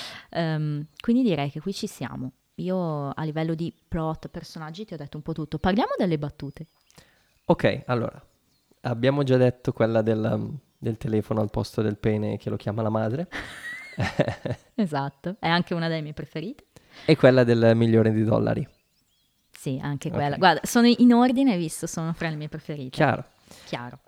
Quindi direi che qui ci siamo. Io a livello di plot, personaggi ti ho detto un po' tutto. Parliamo delle battute. Ok, allora abbiamo già detto quella del telefono al posto del pene che lo chiama la madre. Esatto, è anche una delle mie preferite. E quella del $1.000.000. Sì, anche quella. Okay. Guarda, sono in ordine, visto, sono fra le mie preferite. Chiaro.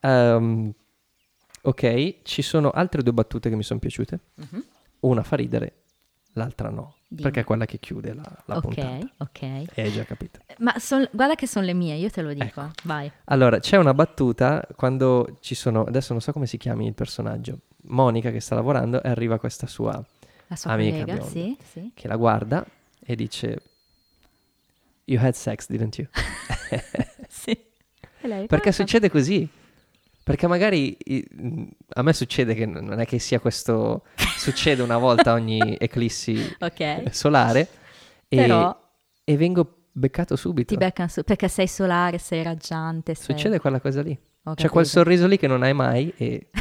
Ok, ci sono altre 2 battute che mi sono piaciute. Uh-huh. Una fa ridere, l'altra no. Perché è quella che chiude la puntata. Ok. E hai già capito. Ma guarda che sono le mie, io te lo dico. Ecco. Vai. Allora, c'è una battuta quando ci sono, adesso non so come si chiami il personaggio, Monica che sta lavorando e arriva questa sua amica collega, bionda, sì. che la guarda e dice... You had sex, didn't you? Sì. E lei, Perché succede così. Perché magari a me succede che non è che sia questo, succede una volta ogni eclissi Ok, solare però e vengo beccato subito. ti beccano perché sei solare, sei raggiante, Succede quella cosa lì. Ho C'è quel capito. sorriso lì che non hai mai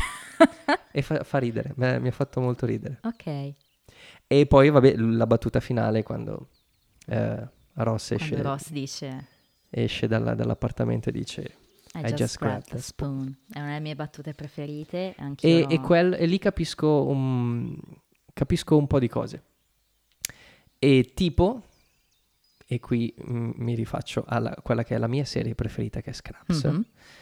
e fa ridere, mi ha fatto molto ridere. Ok, E poi vabbè la battuta finale quando Ross quando Ross dice esce dall'appartamento e dice I just grabbed the spoon. È una delle mie battute preferite, anch'io e lì capisco un po' di cose. E tipo, e qui mi rifaccio a quella che è la mia serie preferita, che è Scraps,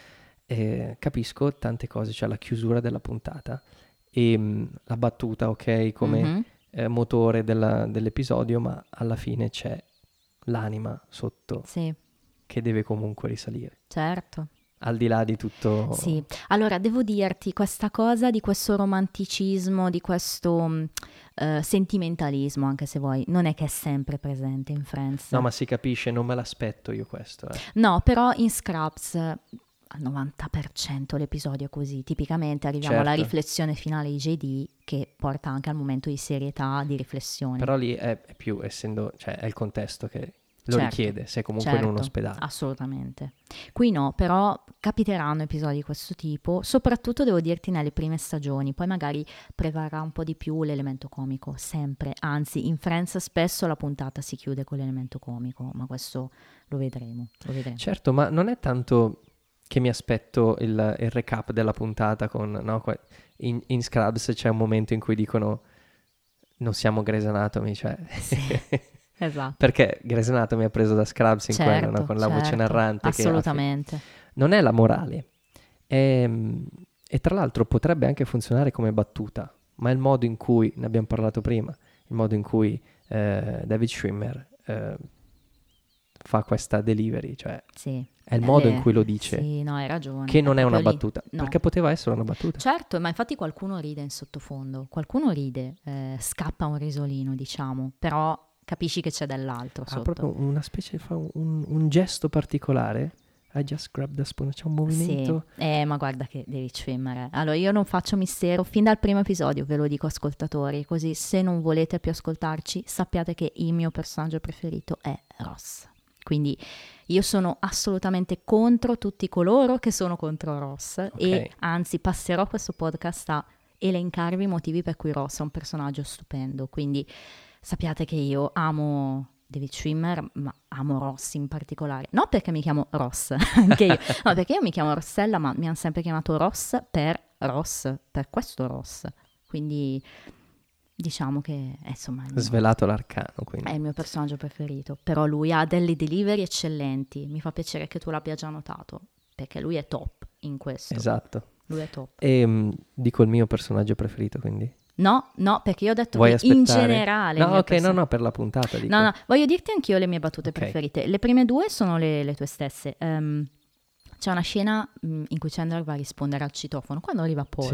capisco tante cose, cioè la chiusura della puntata e la battuta, ok, come motore dell'episodio, ma alla fine c'è l'anima sotto Sì, che deve comunque risalire. certo. Al di là di tutto... Sì, allora devo dirti questa cosa di questo romanticismo, di questo sentimentalismo, anche se vuoi, non è che è sempre presente in Friends. No, ma si capisce, non me l'aspetto io questo. No, però in Scraps al 90% l'episodio è così. Tipicamente arriviamo alla Certo. riflessione finale di JD che porta anche al momento di serietà, di riflessione. Però lì è più, essendo, cioè è il contesto che lo Certo, richiede, sei comunque in un certo, ospedale. assolutamente. Qui no, però capiteranno episodi di questo tipo, soprattutto devo dirti nelle prime stagioni, poi magari prevarrà un po' di più l'elemento comico, sempre, anzi in Friends spesso la puntata si chiude con l'elemento comico, ma questo lo vedremo. Certo, ma non è tanto che mi aspetto il recap della puntata con... No, in Scrubs c'è un momento in cui dicono non siamo Grey's Anatomy, cioè... Sì. Esatto. Perché Grey's Anatomy ha preso da Scrubs in quello, no? Con la voce narrante. Assolutamente. Non è la morale. E tra l'altro potrebbe anche funzionare come battuta, ma il modo in cui, ne abbiamo parlato prima, il modo in cui David Schwimmer fa questa delivery, cioè sì. è il modo in cui lo dice. Sì, no, hai ragione. Che non è una lì. battuta, No. perché poteva essere una battuta. Certo, ma infatti qualcuno ride in sottofondo, qualcuno ride, scappa un risolino, diciamo, però capisci che c'è dell'altro sotto. Ha proprio una specie, fa un gesto particolare. I just grabbed the spoon, c'è un movimento. Sì, ma guarda che David Schwimmer. Allora, io non faccio mistero, fin dal primo episodio ve lo dico ascoltatori, così se non volete più ascoltarci, sappiate che il mio personaggio preferito è Ross. Quindi io sono assolutamente contro tutti coloro che sono contro Ross e anzi passerò questo podcast a elencarvi i motivi per cui Ross è un personaggio stupendo. Quindi sappiate che io amo David Schwimmer, ma amo Ross in particolare. Non perché mi chiamo Ross, anche io. No, perché io mi chiamo Rossella, ma mi hanno sempre chiamato Ross, per questo Ross. Quindi diciamo che insomma Svelato l'arcano, quindi. È il mio personaggio preferito. Però lui ha delle delivery eccellenti. Mi fa piacere che tu l'abbia già notato, perché lui è top in questo. Esatto. Lui è top. E dico il mio personaggio preferito, quindi. No, perché io ho detto Vuoi che aspettare? in generale... No, ok, no, per la puntata dico. No, voglio dirti anch'io le mie battute preferite. Le prime due sono le tue stesse. C'è una scena in cui Chandler va a rispondere al citofono, quando arriva Paul.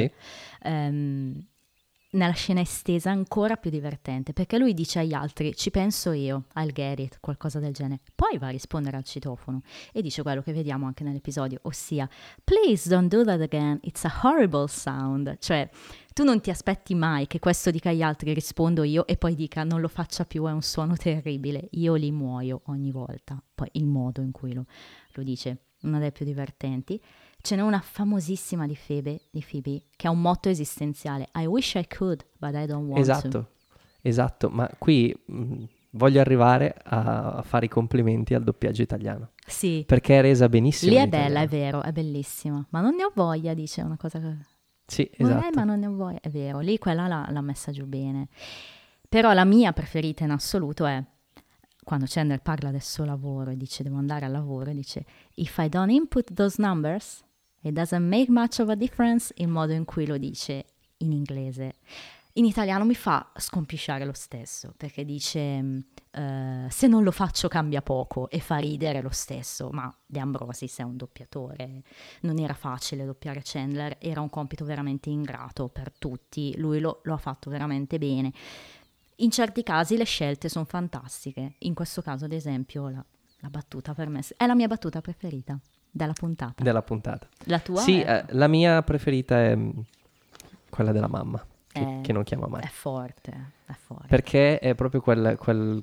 Sì. Nella scena estesa ancora più divertente, perché lui dice agli altri, ci penso io, I'll get it, qualcosa del genere. Poi va a rispondere al citofono e dice quello che vediamo anche nell'episodio, ossia, please don't do that again, it's a horrible sound. Cioè, tu non ti aspetti mai che questo dica agli altri, rispondo io, e poi dica non lo faccia più, è un suono terribile, io li muoio ogni volta. Poi il modo in cui lo dice, una delle più divertenti. Ce n'è una famosissima di Phoebe, che ha un motto esistenziale, I wish I could, but I don't want to. Esatto, ma qui voglio arrivare a fare i complimenti al doppiaggio italiano. Sì. Perché è resa benissimo. Lì è bella, è vero, è bellissima, ma non ne ho voglia, dice una cosa che... Sì, esatto. Ma non ne ho voglia, è vero, lì quella l'ha messa giù bene. Però la mia preferita in assoluto è quando Chandler parla del suo lavoro e dice devo andare al lavoro e dice if I don't input those numbers it doesn't make much of a difference, il modo in cui lo dice in inglese. In italiano mi fa scompisciare lo stesso, perché dice se non lo faccio cambia poco, e fa ridere lo stesso, ma De Ambrosis è un doppiatore, non era facile doppiare Chandler, era un compito veramente ingrato per tutti, lui lo ha fatto veramente bene. In certi casi le scelte sono fantastiche, in questo caso ad esempio la battuta per me è la mia battuta preferita. della puntata. La tua? Sì, la mia preferita è quella della mamma, che non chiama mai. È forte. Perché è proprio quella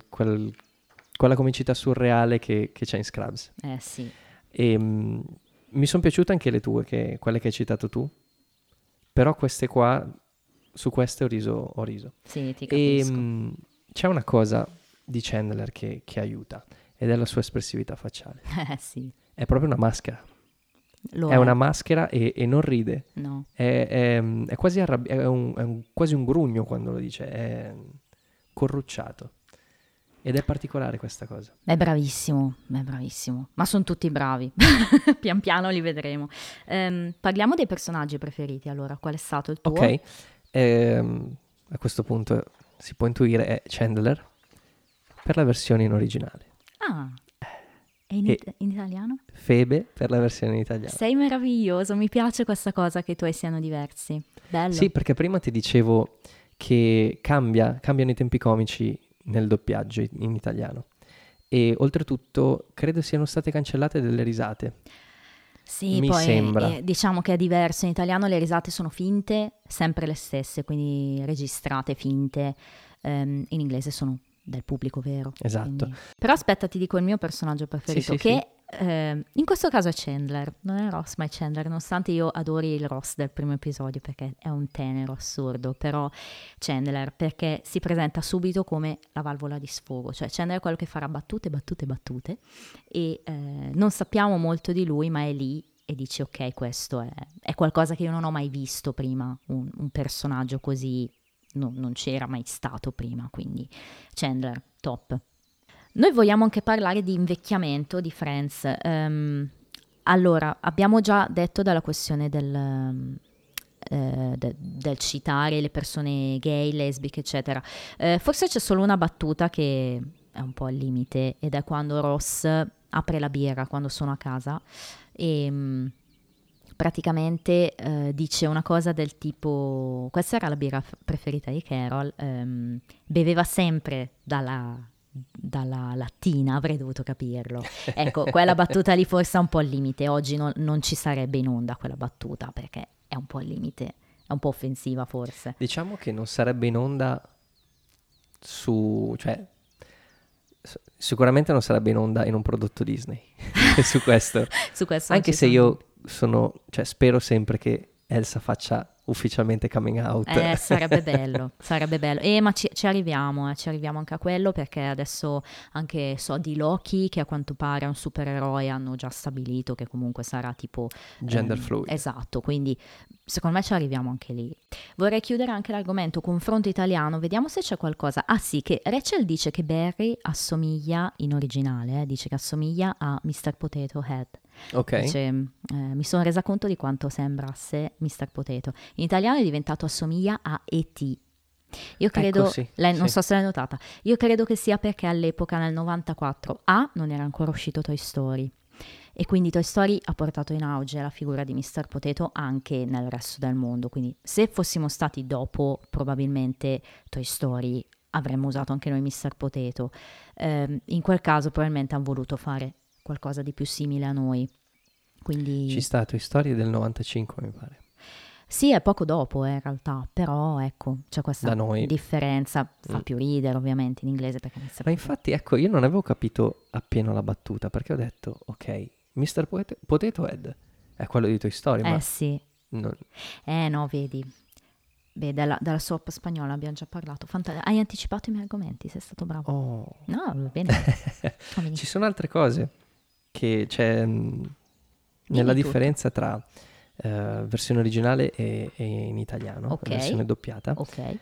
comicità surreale che c'è in Scrubs. Sì. E mi sono piaciute anche le tue, quelle che hai citato tu, però queste qua, su queste ho riso. Sì, ti capisco. E c'è una cosa di Chandler che aiuta, ed è la sua espressività facciale. Sì. È proprio una maschera. Lo è una maschera e non ride. No. È quasi arrabbiato, quasi un grugno quando lo dice, è corrucciato. Ed è particolare questa cosa. È bravissimo, ma sono tutti bravi. Pian piano li vedremo. Parliamo dei personaggi preferiti, allora. Qual è stato il tuo? Ok, a questo punto si può intuire è Chandler per la versione in originale. Ah, e in italiano? Febe per la versione in italiano. Sei meraviglioso, mi piace questa cosa che i tuoi siano diversi. Bello. Sì, perché prima ti dicevo che cambiano i tempi comici nel doppiaggio in italiano, e oltretutto credo siano state cancellate delle risate. Sì, mi poi sembra. Diciamo che è diverso, in italiano le risate sono finte, sempre le stesse, quindi registrate, finte, in inglese sono del pubblico vero. Esatto. Quindi. Però aspetta, ti dico il mio personaggio preferito, Sì, che in questo caso è Chandler, non è Ross ma è Chandler, nonostante io adori il Ross del primo episodio perché è un tenero assurdo, però Chandler perché si presenta subito come la valvola di sfogo, cioè Chandler è quello che farà battute e non sappiamo molto di lui, ma è lì e dici ok, questo è qualcosa che io non ho mai visto prima, un personaggio così non c'era mai stato prima, quindi Chandler, top. Noi vogliamo anche parlare di invecchiamento di Friends. Allora, abbiamo già detto della questione del citare le persone gay, lesbiche, eccetera. Forse c'è solo una battuta che è un po' al limite, ed è quando Ross apre la birra quando sono a casa e praticamente dice una cosa del tipo, questa era la birra preferita di Carol, beveva sempre dalla lattina, avrei dovuto capirlo. Ecco, quella battuta lì forse è un po' al limite, oggi non ci sarebbe in onda quella battuta perché è un po' al limite, è un po' offensiva forse. Diciamo che non sarebbe in onda sicuramente non sarebbe in onda in un prodotto Disney. su questo anche se io spero sempre che Elsa faccia ufficialmente coming out. Sarebbe bello. Ma ci arriviamo anche a quello, perché adesso anche so di Loki, che a quanto pare è un supereroe, hanno già stabilito che comunque sarà tipo gender fluid. Esatto, quindi secondo me ci arriviamo anche lì. Vorrei chiudere anche l'argomento confronto italiano, vediamo se c'è qualcosa. Ah sì, che Rachel dice che Barry assomiglia, in originale, dice che assomiglia a Mr. Potato Head. Ok. Dice, mi sono resa conto di quanto sembrasse Mr. Potato. In italiano è diventato assomiglia a E.T. Io credo, sì, non so se l'hai notata, io credo che sia perché all'epoca nel 94 non era ancora uscito Toy Story, e quindi Toy Story ha portato in auge la figura di Mr. Potato anche nel resto del mondo, quindi se fossimo stati dopo probabilmente Toy Story avremmo usato anche noi Mr. Potato. In quel caso probabilmente hanno voluto fare qualcosa di più simile a noi, quindi Ci sta Toy Story del 95 mi pare. sì, è poco dopo in realtà, però ecco, c'è questa differenza, fa più ridere ovviamente in inglese perché ma infatti ecco, io non avevo capito appieno la battuta, perché ho detto ok, Mr. Potato Head è quello di Toy Story, ma sì. No, vedi. Beh, dalla soap spagnola abbiamo già parlato. Hai anticipato i miei argomenti, sei stato bravo. Oh. No, va bene. Ci sono altre cose che c'è nella differenza tra versione originale e in italiano, versione doppiata. Ok.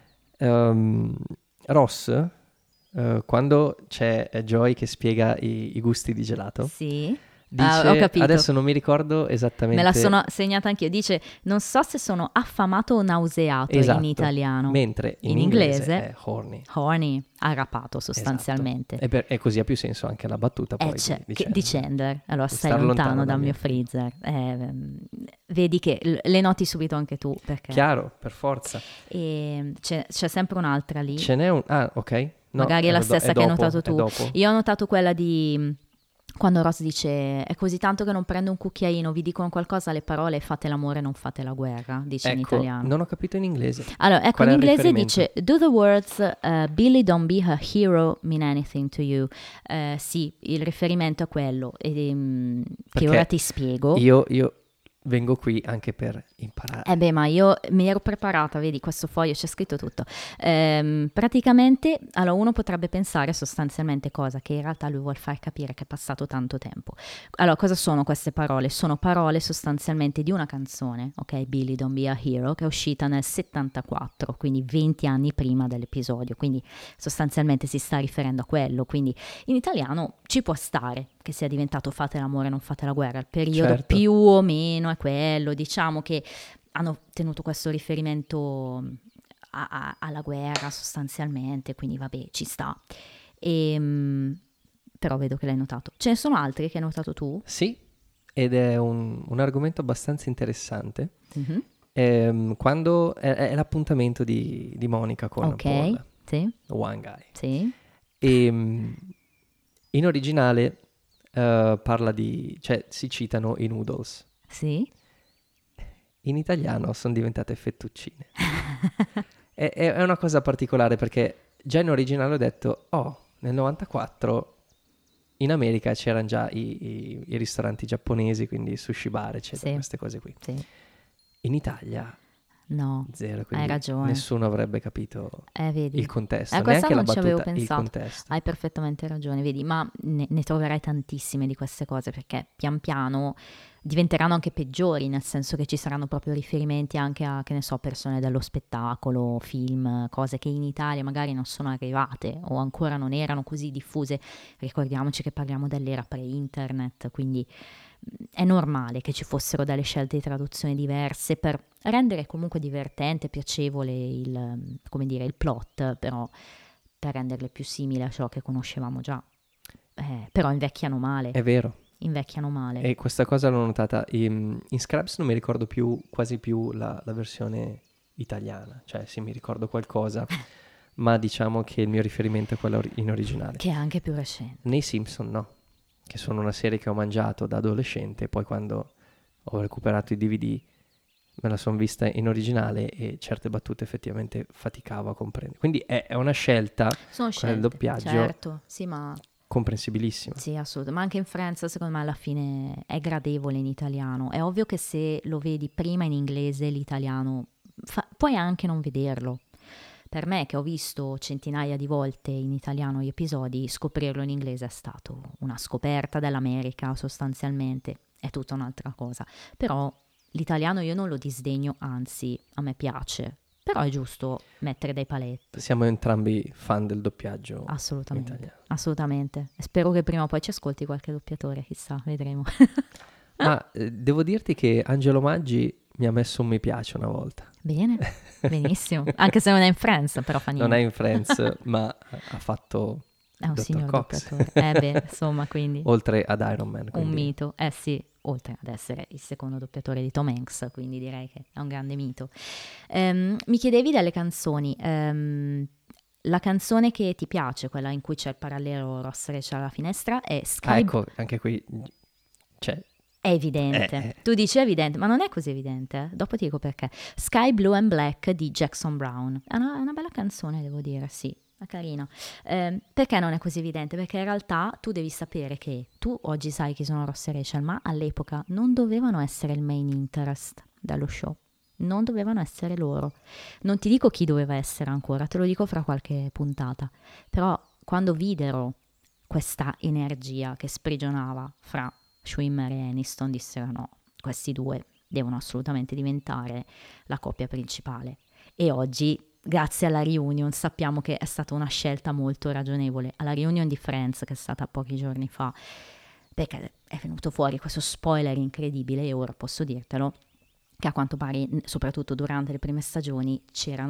Ross, quando c'è Joy che spiega i gusti di gelato, sì. dice, ho capito. Adesso non mi ricordo esattamente. Me la sono segnata anch'io. Dice, non so se sono affamato o nauseato, esatto, in italiano. mentre in inglese è horny. Horny, arrapato sostanzialmente. Esatto. E così ha più senso anche la battuta poi di Chandler. Allora stai lontano dal mio freezer. Vedi che le noti subito anche tu. Perché... Chiaro, per forza. E c'è sempre un'altra lì. Ce n'è un... Ah, ok. No, magari è la stessa che hai notato tu. Io ho notato quella di quando Ross dice è così tanto che non prendo un cucchiaino, vi dicono qualcosa le parole fate l'amore non fate la guerra, dice in Ecco, italiano. non ho capito in inglese. Allora, ecco, Qual in è il inglese riferimento? dice do the words Billy don't be a hero mean anything to you. Sì, il riferimento è quello che Perché ora ti spiego. Io vengo qui anche per imparare. Beh, ma io mi ero preparata, vedi, questo foglio c'è scritto tutto. Praticamente, allora uno potrebbe pensare sostanzialmente cosa? Che in realtà lui vuol far capire che è passato tanto tempo. Allora, cosa sono queste parole? Sono parole sostanzialmente di una canzone, ok? Billy Don't Be a Hero, che è uscita nel 74, quindi 20 anni prima dell'episodio, quindi sostanzialmente si sta riferendo a quello, quindi in italiano ci può stare che sia diventato fate l'amore non fate la guerra, il periodo Certo. più o meno è quello, diciamo che hanno tenuto questo riferimento alla guerra sostanzialmente, quindi vabbè, ci sta. Però vedo che l'hai notato. Ce ne sono altri che hai notato tu? Sì, ed è un argomento abbastanza interessante. Mm-hmm. Quando è l'appuntamento di Monica con Paul, Ok, sì, One Guy. sì, E in originale parla cioè si citano i noodles. sì. In italiano sono diventate fettuccine. È una cosa particolare perché già in originale ho detto, nel 94 in America c'erano già i ristoranti giapponesi, quindi sushi bar, eccetera, Sì, queste cose qui. sì. In Italia No, zero, hai quindi ragione. nessuno avrebbe capito Vedi. il contesto, Questa neanche la non ci avevo battuta, il pensato. contesto. Hai perfettamente ragione, vedi, ma ne troverai tantissime di queste cose perché pian piano diventeranno anche peggiori, nel senso che ci saranno proprio riferimenti anche a, che ne so, persone dello spettacolo, film, cose che in Italia magari non sono arrivate o ancora non erano così diffuse. Ricordiamoci che parliamo dell'era pre-internet, quindi è normale che ci fossero delle scelte di traduzione diverse per rendere comunque divertente, piacevole come dire, il plot, però per renderle più simili a ciò che conoscevamo già. Però invecchiano male, È vero. invecchiano male. E questa cosa l'ho notata. In Scraps non mi ricordo quasi più la versione italiana. Cioè, sì, mi ricordo qualcosa, ma diciamo che il mio riferimento è quello in originale. Che è anche più recente. Nei Simpson no, che sono una serie che ho mangiato da adolescente, poi quando ho recuperato i DVD me la sono vista in originale e certe battute effettivamente faticavo a comprendere. Quindi è una scelta, Sono quella del scelte, doppiaggio, certo, sì, ma comprensibilissima. sì, assolutamente, ma anche in Friends secondo me alla fine è gradevole in italiano. È ovvio che se lo vedi prima in inglese l'italiano puoi anche non vederlo. Per me, che ho visto centinaia di volte in italiano gli episodi, scoprirlo in inglese è stato una scoperta dell'America sostanzialmente, è tutta un'altra cosa. Però l'italiano io non lo disdegno, anzi a me piace, però è giusto mettere dei paletti. Siamo entrambi fan del doppiaggio Assolutamente, italiano. assolutamente. E spero che prima o poi ci ascolti qualche doppiatore, chissà, vedremo. Ma devo dirti che Angelo Maggi mi ha messo un mi piace una volta. Bene, benissimo. Anche se non è in Friends, però fa niente. Non è in Friends, ma ha fatto È un Dr. signor Cox. doppiatore. Beh, insomma, quindi Oltre ad Iron Man. un Quindi mito. Sì, oltre ad essere il secondo doppiatore di Tom Hanks, quindi direi che è un grande mito. Mi chiedevi delle canzoni. La canzone che ti piace, quella in cui c'è il parallelo Ross Rachel alla finestra, è Sky. ecco, anche qui cioè, È evidente. Tu dici è evidente, ma non è così evidente. Dopo ti dico perché. Sky Blue and Black di Jackson Brown. È una bella canzone, devo dire, sì. È carina. Perché non è così evidente? Perché in realtà tu devi sapere che tu oggi sai chi sono Ross e Rachel, ma all'epoca non dovevano essere il main interest dello show. Non dovevano essere loro. Non ti dico chi doveva essere ancora, te lo dico fra qualche puntata. Però quando videro questa energia che sprigionava fra Schwimmer e Aniston, dissero no, questi due devono assolutamente diventare la coppia principale. E oggi, grazie alla reunion, sappiamo che è stata una scelta molto ragionevole. Alla reunion di Friends, che è stata pochi giorni fa, perché è venuto fuori questo spoiler incredibile, e ora posso dirtelo, che a quanto pare, soprattutto durante le prime stagioni,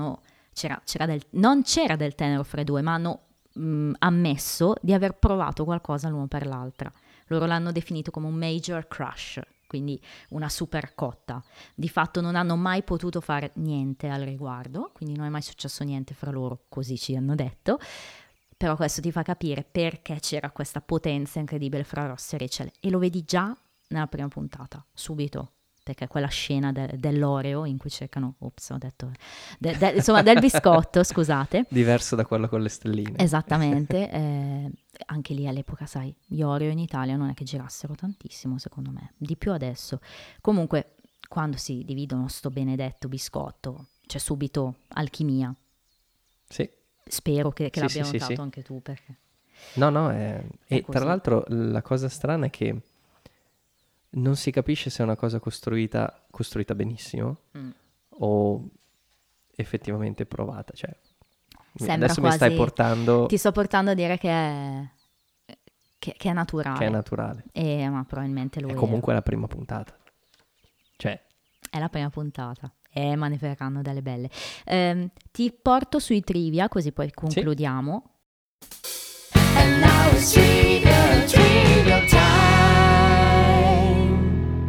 non c'era del tenero fra i due, ma hanno ammesso di aver provato qualcosa l'uno per l'altra. Loro l'hanno definito come un major crush, quindi una super cotta. Di fatto non hanno mai potuto fare niente al riguardo, quindi non è mai successo niente fra loro, così ci hanno detto. Però questo ti fa capire perché c'era questa potenza incredibile fra Ross e Rachel, e lo vedi già nella prima puntata, subito, perché quella scena dell'Oreo in cui cercano, ops, ho detto, insomma del biscotto, scusate. Diverso da quello con le stelline. Esattamente, anche lì all'epoca, sai, gli Oreo in Italia non è che girassero tantissimo, secondo me, di più adesso. Comunque, quando si dividono sto benedetto biscotto, c'è subito alchimia. Sì. Spero che Sì, l'abbia sì, notato sì. anche tu, perché No, è e tra così. l'altro la cosa strana è che non si capisce se è una cosa costruita benissimo Mm. o effettivamente provata. Cioè, Sembra adesso mi stai quasi, portando ti sto portando a dire che è che è naturale, naturale. ma probabilmente lo È era. comunque la prima puntata. Cioè, È la prima puntata. Ma ne verranno delle belle. Ti porto sui trivia, così poi concludiamo. And now it's trivia time.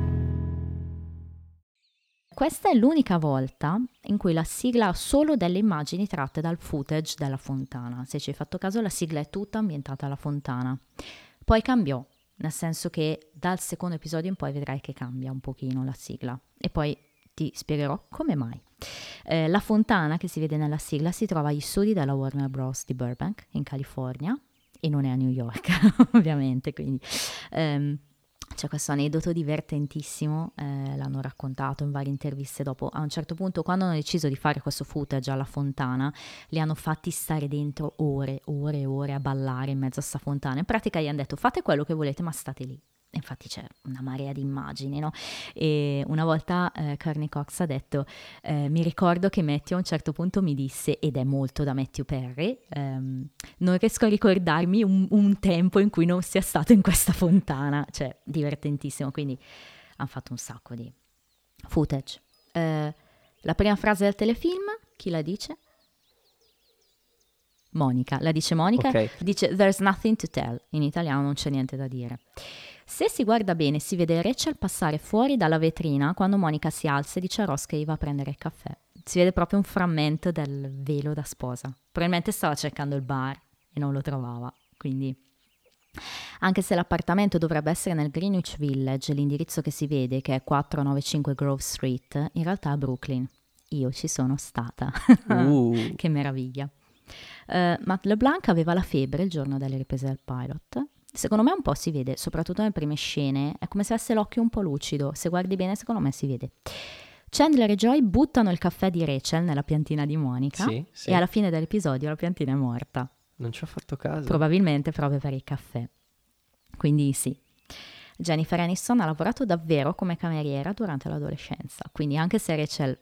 Questa è l'unica volta in cui la sigla ha solo delle immagini tratte dal footage della fontana. Se ci hai fatto caso, la sigla è tutta ambientata alla fontana. Poi cambiò, nel senso che dal secondo episodio in poi vedrai che cambia un pochino la sigla. E poi ti spiegherò come mai. La fontana che si vede nella sigla si trova agli studi della Warner Bros. Di Burbank, in California, e non è a New York, ovviamente, quindi c'è questo aneddoto divertentissimo, l'hanno raccontato in varie interviste dopo. A un certo punto, quando hanno deciso di fare questo footage alla fontana, li hanno fatti stare dentro ore e ore a ballare in mezzo a sta fontana. In pratica gli hanno detto: fate quello che volete, ma state lì. E infatti c'è una marea di immagini, no? E una volta Courtney Cox ha detto: mi ricordo che Matthew a un certo punto mi disse, ed è molto da Matthew Perry, non riesco a ricordarmi un tempo in cui non sia stato in questa fontana. Cioè, divertentissimo. Quindi hanno fatto un sacco di footage. La prima frase del telefilm, chi la dice? Monica, la dice Monica, Ok. dice "There's nothing to tell", in italiano non c'è niente da dire. Se si guarda bene si vede Rachel passare fuori dalla vetrina quando Monica si alza e dice a Ross che gli va a prendere il caffè. Si vede proprio un frammento del velo da sposa. Probabilmente stava cercando il bar e non lo trovava, quindi... Anche se l'appartamento dovrebbe essere nel Greenwich Village, l'indirizzo che si vede, che è 495 Grove Street, in realtà è a Brooklyn. Io ci sono stata. Che meraviglia. Matt LeBlanc aveva la febbre il giorno delle riprese del pilot. Secondo me un po' si vede, soprattutto nelle prime scene, è come se avesse l'occhio un po' lucido. Se guardi bene, secondo me si vede. Chandler e Joy buttano il caffè di Rachel nella piantina di Monica, Sì. e alla fine dell'episodio la piantina è morta. Non ci ho fatto caso. Probabilmente proprio per il caffè. Quindi sì. Jennifer Aniston ha lavorato davvero come cameriera durante l'adolescenza, quindi anche se Rachel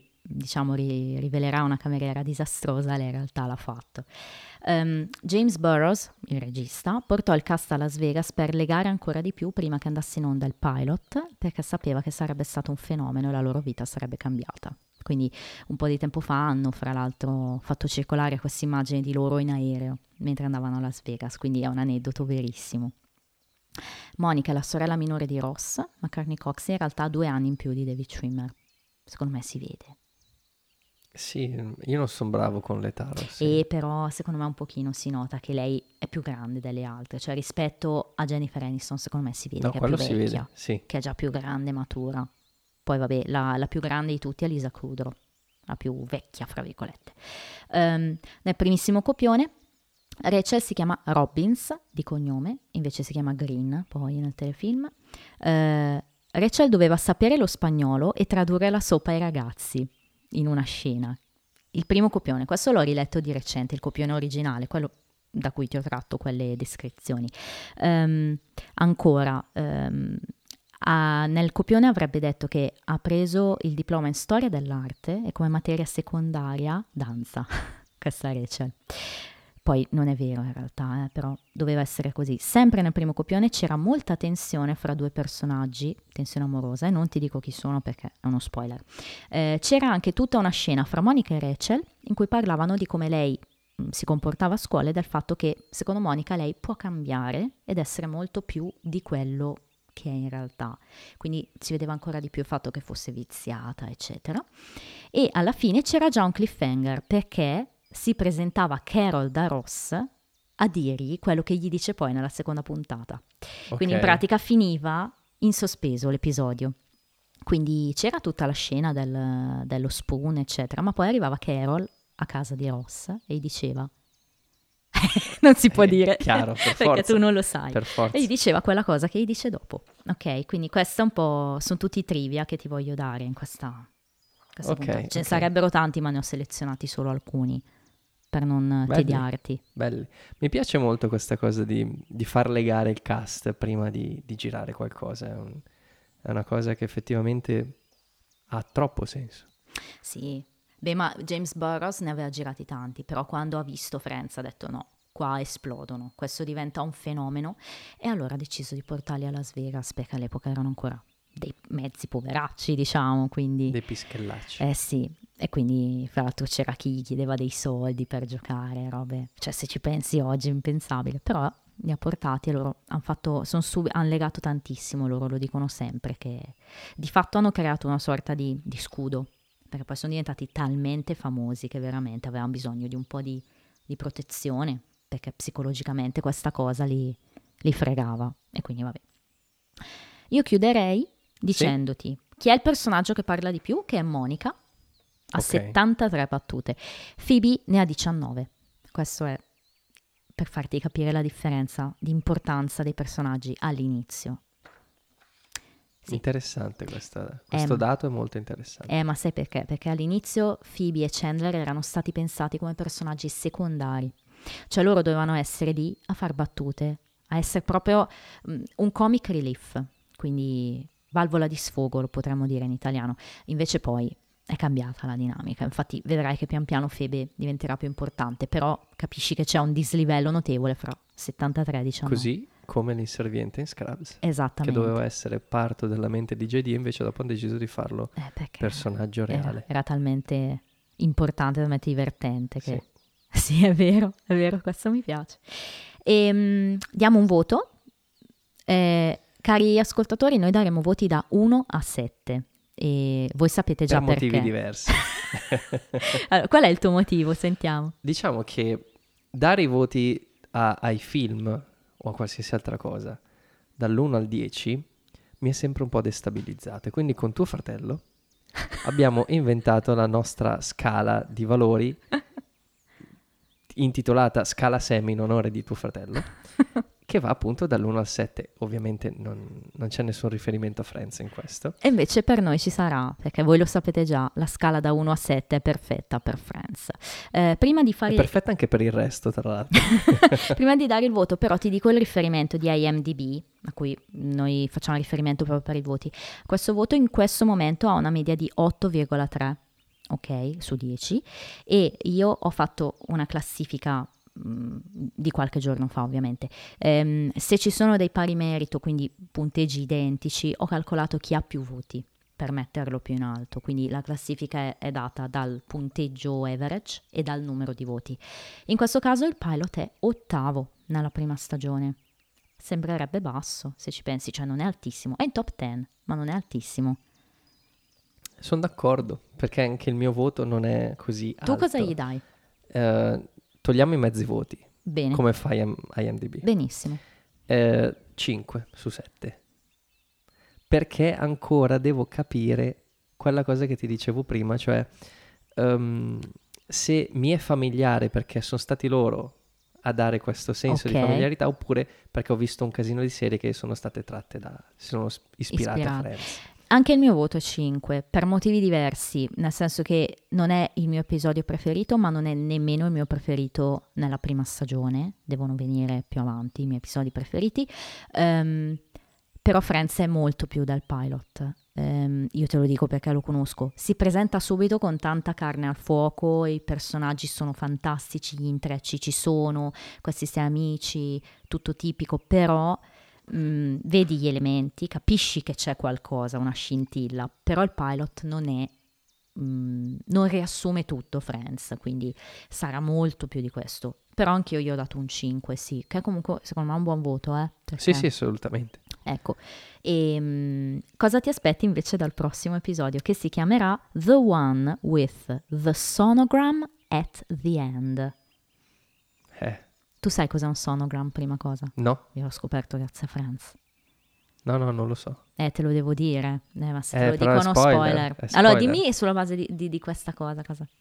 rivelerà una cameriera disastrosa, lei in realtà l'ha fatto. James Burrows, il regista, portò il cast a Las Vegas per legare ancora di più prima che andasse in onda il pilot, perché sapeva che sarebbe stato un fenomeno e la loro vita sarebbe cambiata. Quindi un po' di tempo fa hanno fra l'altro fatto circolare questa immagine di loro in aereo mentre andavano a Las Vegas, quindi è un aneddoto verissimo. Monica è la sorella minore di Ross, ma Courtney Cox in realtà ha 2 anni in più di David Schwimmer. Secondo me si vede. Sì, io non sono bravo con l'età. Sì. E però secondo me un pochino si nota che lei è più grande delle altre, cioè rispetto a Jennifer Aniston secondo me si vede che è più si vecchia, vede, sì. che è già più grande, matura. Poi vabbè, la più grande di tutti è Lisa Kudrow, la più vecchia fra virgolette. Nel primissimo copione Rachel si chiama Robbins di cognome, invece si chiama Green poi nel telefilm. Rachel doveva sapere lo spagnolo e tradurre la soap ai ragazzi in una scena. Il primo copione, questo l'ho riletto di recente, il copione originale, quello da cui ti ho tratto quelle descrizioni. Ancora, nel copione avrebbe detto che ha preso il diploma in storia dell'arte e come materia secondaria danza. Questa è Rachel. Poi non è vero in realtà, però doveva essere così. Sempre nel primo copione c'era molta tensione fra 2 personaggi, tensione amorosa, e non ti dico chi sono perché è uno spoiler. C'era anche tutta una scena fra Monica e Rachel in cui parlavano di come lei si comportava a scuola e del fatto che secondo Monica lei può cambiare ed essere molto più di quello che è in realtà. Quindi si vedeva ancora di più il fatto che fosse viziata, eccetera. E alla fine c'era già un cliffhanger perché si presentava Carol da Ross a dirgli quello che gli dice poi nella seconda puntata. Quindi in Ok. pratica finiva in sospeso l'episodio. Quindi c'era tutta la scena dello spoon, eccetera, ma poi arrivava Carol a casa di Ross e gli diceva, non si può dire, Chiaro, per perché forza. tu non lo sai. Per forza. E gli diceva quella cosa che gli dice dopo. Ok, quindi questo è un po', sono tutti i trivia che ti voglio dare in questa Ok, puntata. Ce ne ok. sarebbero tanti, ma ne ho selezionati solo alcuni per non Belli. tediarti. Belli. Mi piace molto questa cosa di far legare il cast prima di girare qualcosa. È una cosa che effettivamente ha troppo senso. Sì, beh, ma James Burrows ne aveva girati tanti, però quando ha visto Friends ha detto no, qua esplodono, questo diventa un fenomeno, e allora ha deciso di portarli a Las Vegas, perché all'epoca erano ancora dei mezzi poveracci, diciamo, quindi... Dei pischellacci. Eh sì, e quindi fra l'altro c'era chi gli chiedeva dei soldi per giocare, robe, cioè se ci pensi oggi è impensabile, però li ha portati e loro hanno legato tantissimo, loro lo dicono sempre, che di fatto hanno creato una sorta di scudo, perché poi sono diventati talmente famosi che veramente avevano bisogno di un po' di protezione, perché psicologicamente questa cosa li fregava, e quindi vabbè. Io chiuderei dicendoti chi è il personaggio che parla di più, che è Monica, ha Ok. 73 battute. Phoebe ne ha 19. Questo è per farti capire la differenza di importanza dei personaggi all'inizio. Sì. Interessante questo dato è molto interessante. Ma sai perché? Perché all'inizio Phoebe e Chandler erano stati pensati come personaggi secondari. Cioè loro dovevano essere lì a far battute, a essere proprio un comic relief, quindi valvola di sfogo lo potremmo dire in italiano. Invece poi è cambiata la dinamica, infatti vedrai che pian piano Phoebe diventerà più importante, però capisci che c'è un dislivello notevole fra 73 e 19. Così come l'inserviente in Scrubs, che Esattamente. doveva essere parto della mente di JD, invece dopo hanno deciso di farlo Perché personaggio reale. era talmente importante, talmente divertente che... Sì. Sì, è vero, questo mi piace. Diamo un voto. Cari ascoltatori, noi daremo voti da 1 a 7. E voi sapete già Per motivi perché. diversi. Allora, qual è il tuo motivo? Sentiamo. Diciamo che dare i voti ai film o a qualsiasi altra cosa dall'1 al 10 mi è sempre un po' destabilizzato. E quindi con tuo fratello abbiamo inventato la nostra scala di valori intitolata Scala Sam in onore di tuo fratello, che va appunto dall'1 al 7. Ovviamente non c'è nessun riferimento a Friends in questo. E invece per noi ci sarà, perché voi lo sapete già, la scala da 1 a 7 è perfetta per Friends. Prima di fare È perfetta anche per il resto, tra l'altro. Prima di dare il voto, però, ti dico il riferimento di IMDb, a cui noi facciamo riferimento proprio per i voti. Questo voto in questo momento ha una media di 8,3, ok, su 10, e io ho fatto una classifica di qualche giorno fa, ovviamente. Se ci sono dei pari merito, quindi punteggi identici, ho calcolato chi ha più voti per metterlo più in alto, quindi la classifica è data dal punteggio average e dal numero di voti. In questo caso il pilot è 8º nella prima stagione. Sembrerebbe basso se ci pensi, cioè non è altissimo, è in top 10 ma non è altissimo. Sono d'accordo, perché anche il mio voto non è così alto. Tu cosa gli dai? Togliamo i mezzi voti, Bene, come fa IMDb. benissimo. 5 su 7. Perché ancora devo capire quella cosa che ti dicevo prima, cioè se mi è familiare perché sono stati loro a dare questo senso di Ok. familiarità, oppure perché ho visto un casino di serie che sono state tratte sono ispirate a Ispirate. Friends. Anche il mio voto è 5, per motivi diversi, nel senso che non è il mio episodio preferito, ma non è nemmeno il mio preferito nella prima stagione, devono venire più avanti i miei episodi preferiti, però Friends è molto più del pilot. Io te lo dico perché lo conosco, si presenta subito con tanta carne al fuoco, i personaggi sono fantastici, gli intrecci ci sono, questi sei amici, tutto tipico, però vedi gli elementi, capisci che c'è qualcosa, una scintilla, però il pilot non riassume tutto Friends, quindi sarà molto più di questo. Però anch'io gli ho dato un 5, sì, che è comunque secondo me un buon voto, Sì, perché- sì, assolutamente. Ecco, e cosa ti aspetti invece dal prossimo episodio, che si chiamerà The One with the Sonogram at the End? Tu sai cos'è un sonogram, prima cosa? No? Io l'ho scoperto grazie a Friends. No, non lo so. Te lo devo dire, ma se te lo però è dicono spoiler, è Allora, spoiler. dimmi sulla base di questa cosa.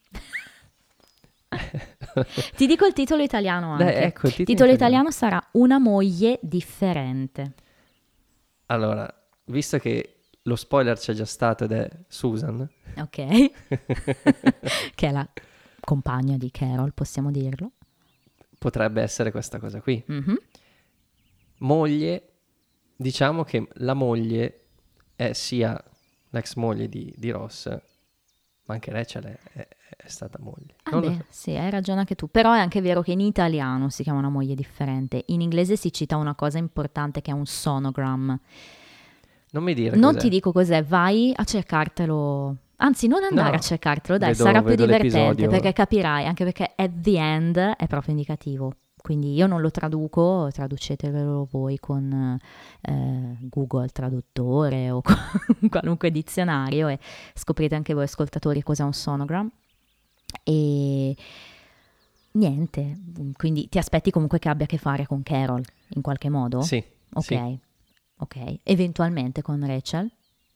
Ti dico il titolo italiano anche. Dai, ecco, il titolo italiano sarà Una moglie differente. Allora, visto che lo spoiler c'è già stato ed è Susan, Ok. Che è la compagna di Carol, possiamo dirlo. potrebbe essere questa cosa qui. Mhm. Moglie, diciamo che la moglie è sia l'ex moglie di Ross, ma anche Rachel è stata moglie. Ah Non lo beh, so. sì, hai ragione anche tu, però è anche vero che in italiano si chiama Una moglie differente, in inglese si cita una cosa importante che è un sonogram. Non mi dire Non cos'è. ti dico cos'è, vai a cercartelo, anzi non andare No, a cercartelo, dai, vedo- sarà più vedo divertente l'episodio. perché capirai, anche perché at the end è proprio indicativo. Quindi io non lo traduco, traducetelo voi con Google Traduttore o con qualunque dizionario e scoprite anche voi ascoltatori cos'è un sonogram. E niente, quindi ti aspetti comunque che abbia a che fare con Carol in qualche modo? Sì, Ok, sì. ok. Eventualmente con Rachel?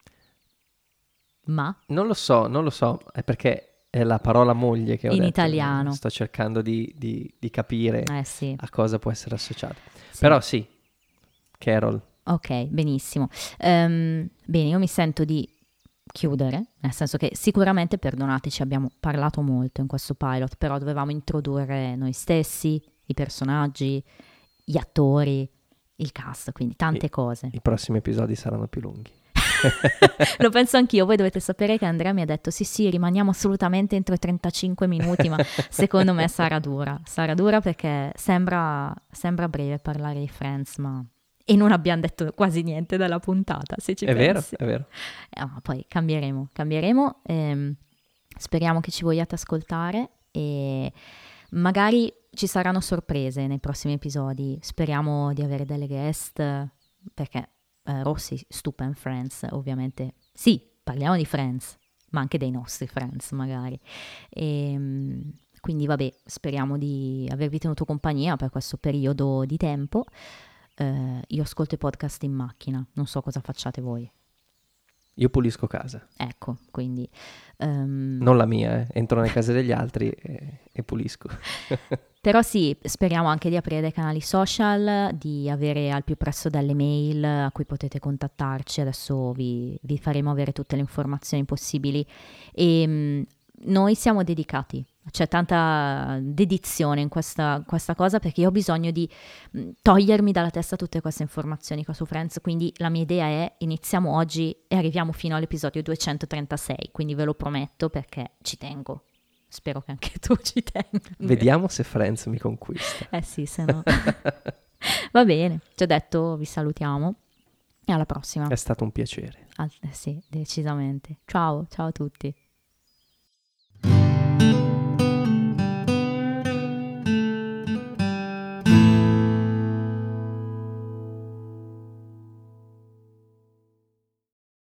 Ma? Non lo so, è perché è la parola moglie che ho In detto. italiano. Sto cercando di capire Sì. a cosa può essere associata. Sì. Però sì, Carol. Ok, benissimo. Bene, io mi sento di chiudere, nel senso che sicuramente, perdonateci, abbiamo parlato molto in questo pilot, però dovevamo introdurre noi stessi, i personaggi, gli attori, il cast, quindi tante cose. I prossimi episodi saranno più lunghi. Lo penso anch'io, voi dovete sapere che Andrea mi ha detto sì, rimaniamo assolutamente entro i 35 minuti, ma secondo me sarà dura perché sembra breve parlare di Friends, ma... E non abbiamo detto quasi niente dalla puntata, se ci È vero, pensi. è vero. Ma poi cambieremo, speriamo che ci vogliate ascoltare e magari ci saranno sorprese nei prossimi episodi, speriamo di avere delle guest, perché Rossi stupa in Friends, ovviamente. Sì, parliamo di Friends, ma anche dei nostri Friends magari. Quindi vabbè, speriamo di avervi tenuto compagnia per questo periodo di tempo. Io ascolto i podcast in macchina, non so cosa facciate voi. Io pulisco casa. Ecco, quindi... Non la mia, entro nelle case degli altri e pulisco. Però sì, speriamo anche di aprire dei canali social, di avere al più presto delle mail a cui potete contattarci. Adesso vi faremo avere tutte le informazioni possibili. E noi siamo dedicati, c'è tanta dedizione in questa cosa perché io ho bisogno di togliermi dalla testa tutte queste informazioni qua su Friends, quindi la mia idea è iniziamo oggi e arriviamo fino all'episodio 236, quindi ve lo prometto perché ci tengo. Spero che anche tu ci tenga. Vediamo se Friends mi conquista. Sì, se no. Va bene, ti ho detto, vi salutiamo e alla prossima. È stato un piacere. Sì, decisamente. Ciao a tutti.